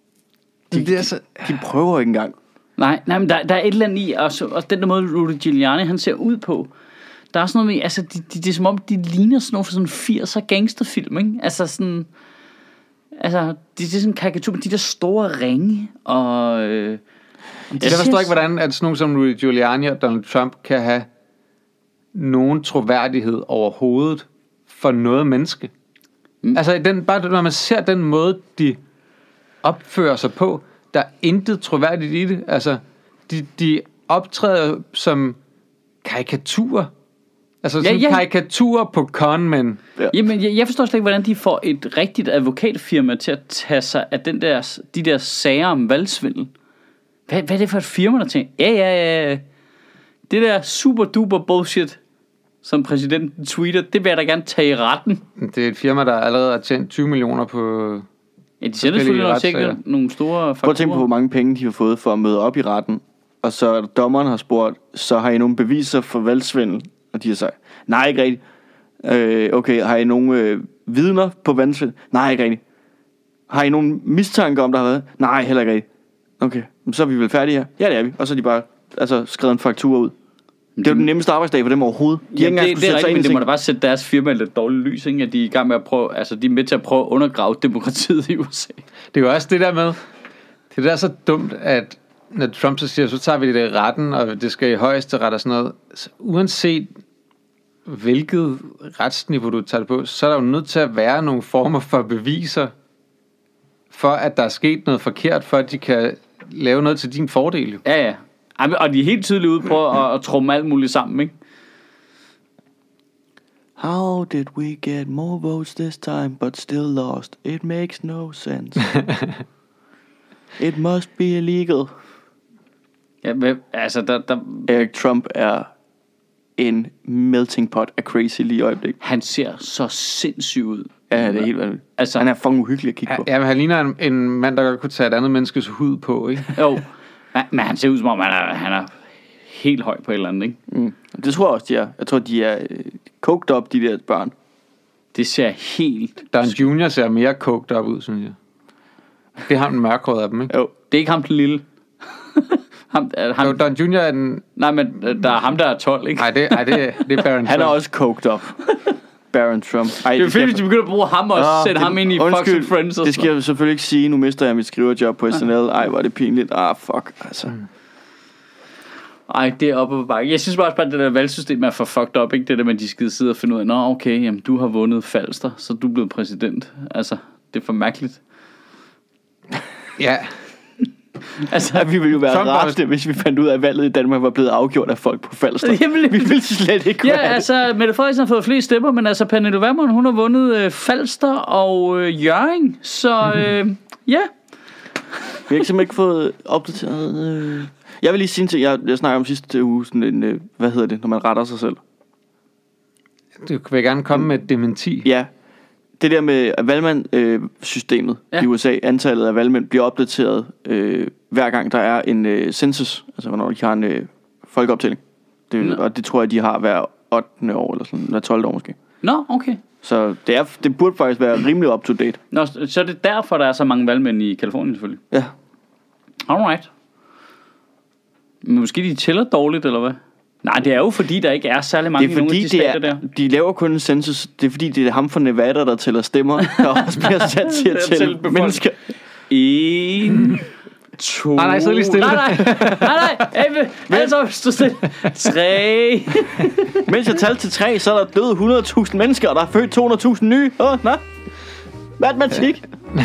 De prøver ikke engang. Nej, men der er et eller andet i, og den der måde, Rudy Giuliani, han ser ud på, der er sådan noget med, altså, det er som om, de ligner sådan noget for sådan 80'er gangsterfilm, ikke? Altså sådan, altså, det er sådan en karikatur med de der store ringe, og... jeg forstår ikke, hvordan at sådan nogen som Rudy Giuliani og Donald Trump kan have nogen troværdighed overhovedet for noget menneske. Altså, bare når man ser den måde, de opfører sig på, der er intet troværdigt i det. Altså, de optræder som karikaturer. Altså, sådan karikaturer på conmen. Ja. Jamen, jeg forstår slet ikke, hvordan de får et rigtigt advokatfirma til at tage sig af de der sager om valgsvindel. Hvad er det for et firma, der tænker? Ja. Det der super duper bullshit, som præsidenten tweeter, det vil jeg da gerne tage i retten. Det er et firma, der allerede har tjent 20 millioner på... Ja, de sætter selvfølgelig sikkert nogle store faktorer. Prøv at tænke på, hvor mange penge de har fået for at møde op i retten. Og så dommeren har spurgt, så har I nogle beviser for valgsvindel? Og de har sagt, nej, ikke rigtigt. Okay, har I nogle vidner på valgsvindel? Nej, ikke rigtigt. Har I nogle mistanker om, der har været? Nej, heller ikke rigtigt. Okay, så er vi vel færdige her? Ja, det er vi. Og så er de bare skrevet en faktura ud. Det er jo den nemmeste arbejdsdag for dem overhovedet. Det er rigtigt, men det må da bare sætte deres firma i lidt dårligt lys, ikke? At de er i gang med at prøve, altså de er med til at prøve at undergrave demokratiet i USA. Det er jo også det der med, det er så dumt, at når Trump så siger, så tager vi det i retten, og det skal i højeste ret og sådan noget. Så uanset hvilket retsniveau du tager det på, så er der jo nødt til at være nogle former for beviser, for at der er sket noget forkert, for at de kan lave noget til din fordel. Jo. Ja. Og de er helt tydeligt ude på at trumme alt muligt sammen, ikke? How did we get more votes this time, but still lost? It makes no sense. It must be illegal. Ja, altså Eric Trump er en melting pot af crazy lige i øjeblikket. Han ser så sindssyg ud. Ja, det er helt vanvittigt. Altså, han er fucking uhyggelig at kigge på. Ja, men han ligner en mand, der godt kunne tage et andet menneskes hud på, ikke? Jo. Men han ser ud som om, han er helt høj på et eller andet, ikke? Mm. Det tror jeg også, de er. Jeg tror, de er coked up, de der børn. Det ser helt... Don Junior ser mere coked up ud, synes jeg. Det er ham den mørkhårede af dem, ikke? Jo. Det er ikke ham den lille. Jo, Don Junior er den... Nej, men der er ham, der er 12, ikke? Nej, det er Barron Trump. Han er også coked up. Barron Trump. Ej, det er fedt, hvis de begynder at bruge ham og sætte ham ind i Fox and Friends. Det skal jeg selvfølgelig ikke sige. Nu mister jeg mit skriverjob på SNL. Ej, hvor er det pinligt. Fuck, altså. Ej, det er oppe på bakke. Jeg synes bare at det der valgsystem er for fucked up, ikke? Det der med, de skal sidde og finde ud af, nå, okay, jamen, du har vundet Falster, så du er blevet præsident. Altså, det er for mærkeligt. Ja. Altså, vi ville jo være rette, hvis vi fandt ud af, at valget i Danmark var blevet afgjort af folk på Falster. Vi ville slet ikke være det. Altså, Mette Frederiksen har fået flere stemmer, men altså, Pernille Vermund, hun har vundet Falster og Hjørring, så ja. Vi har simpelthen ikke fået opdateret... Jeg vil lige sige til, jeg snakker om sidste uge, sådan en, hvad hedder det, når man retter sig selv? Du vil gerne komme med et dementi. Ja. Det der med valgmand-systemet i USA, antallet af valgmænd bliver opdateret hver gang der er en census, altså hvornår de har en folkeoptælling. Og det tror jeg, de har hver 8. år, eller sådan, hver 12 år måske. Nå, okay. Så det burde faktisk være rimelig up-to-date. Nå, så er det derfor, der er så mange valgmænd i Kalifornien selvfølgelig? Ja. Alright. Men måske de tæller dårligt, eller hvad? Nej, det er jo fordi, der ikke er særlig mange i nogle af de stater der. De laver kun en census. Det er fordi, det er ham fra Nevada, der tæller stemmer, der også bliver sat til at tælle mennesker. 1, 2... Nej, så lige stille. Nej. Altså, stå stille. 3... Mens jeg talte til 3, så er der døde 100.000 mennesker, og der er født 200.000 nye. Nej. Matematik.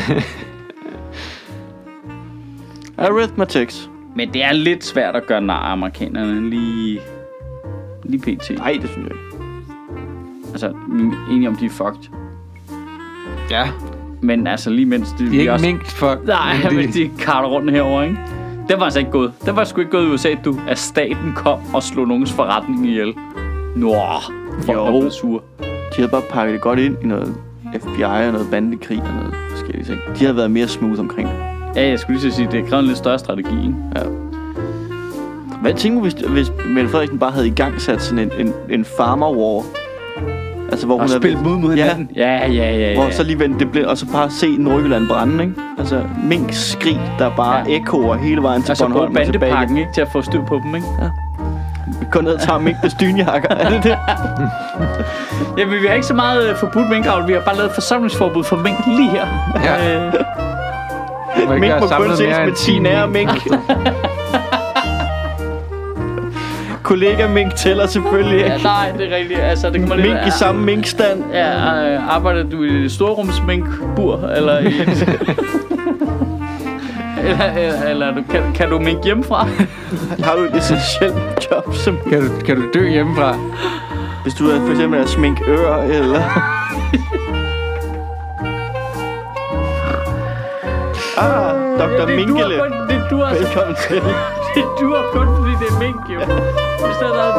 Arithmetics. Men det er lidt svært at gøre nar af amerikanerne lige pt. Nej, det synes jeg ikke. Altså, enige om de er fucked. Ja. Men altså lige mens De er ikke også... mink for... Nej, men de karter rundt herover, ikke? Det var altså ikke gået. Det var sgu ikke gået i USA, at staten kom og slog nogens forretning ihjel. Nå, for sur. De havde bare pakket det godt ind i noget FBI og noget bandekrig og noget forskellige ting. De havde været mere smooth omkring det. Ja, jeg skulle lige sige, det kræver en lidt større strategi, ikke? Ja. Hvad tænker du, hvis Mette Frederiksen bare havde igangsat sådan en farmer war? Altså, hvor hun havde spillet mod hinanden. Ja. Hvor så lige vendte det blev, og så bare se Nordjylland brænde, ikke? Altså, Minks skrig, der bare ekkoer hele vejen til Bornholm og tilbage. Og så bandepakken, ikke? Til at få styr på dem, ikke? Ja. Vi går ned og tager mink med stynjakker. Er det det? Jamen, vi har ikke så meget forbudt minkavl. Vi har bare lavet forsamlingsforbud for mink lige her. Ja. Mink må kun ses med 10 nære mink. Kollega mink tæller selvfølgelig ikke. Ja, nej, det er rigtigt. Altså, det kan man mink i samme minkstand. Ja, arbejder du i et storrumsminkbur, eller i eller kan du mink hjemmefra? Har du et essentielt job som... Kan du dø hjemmefra? Hvis du for eksempel er sminkør, eller... Dr. Minkele. Det duer velkommen til. Det duer kun, fordi det er mink, jo. Hvis der havde været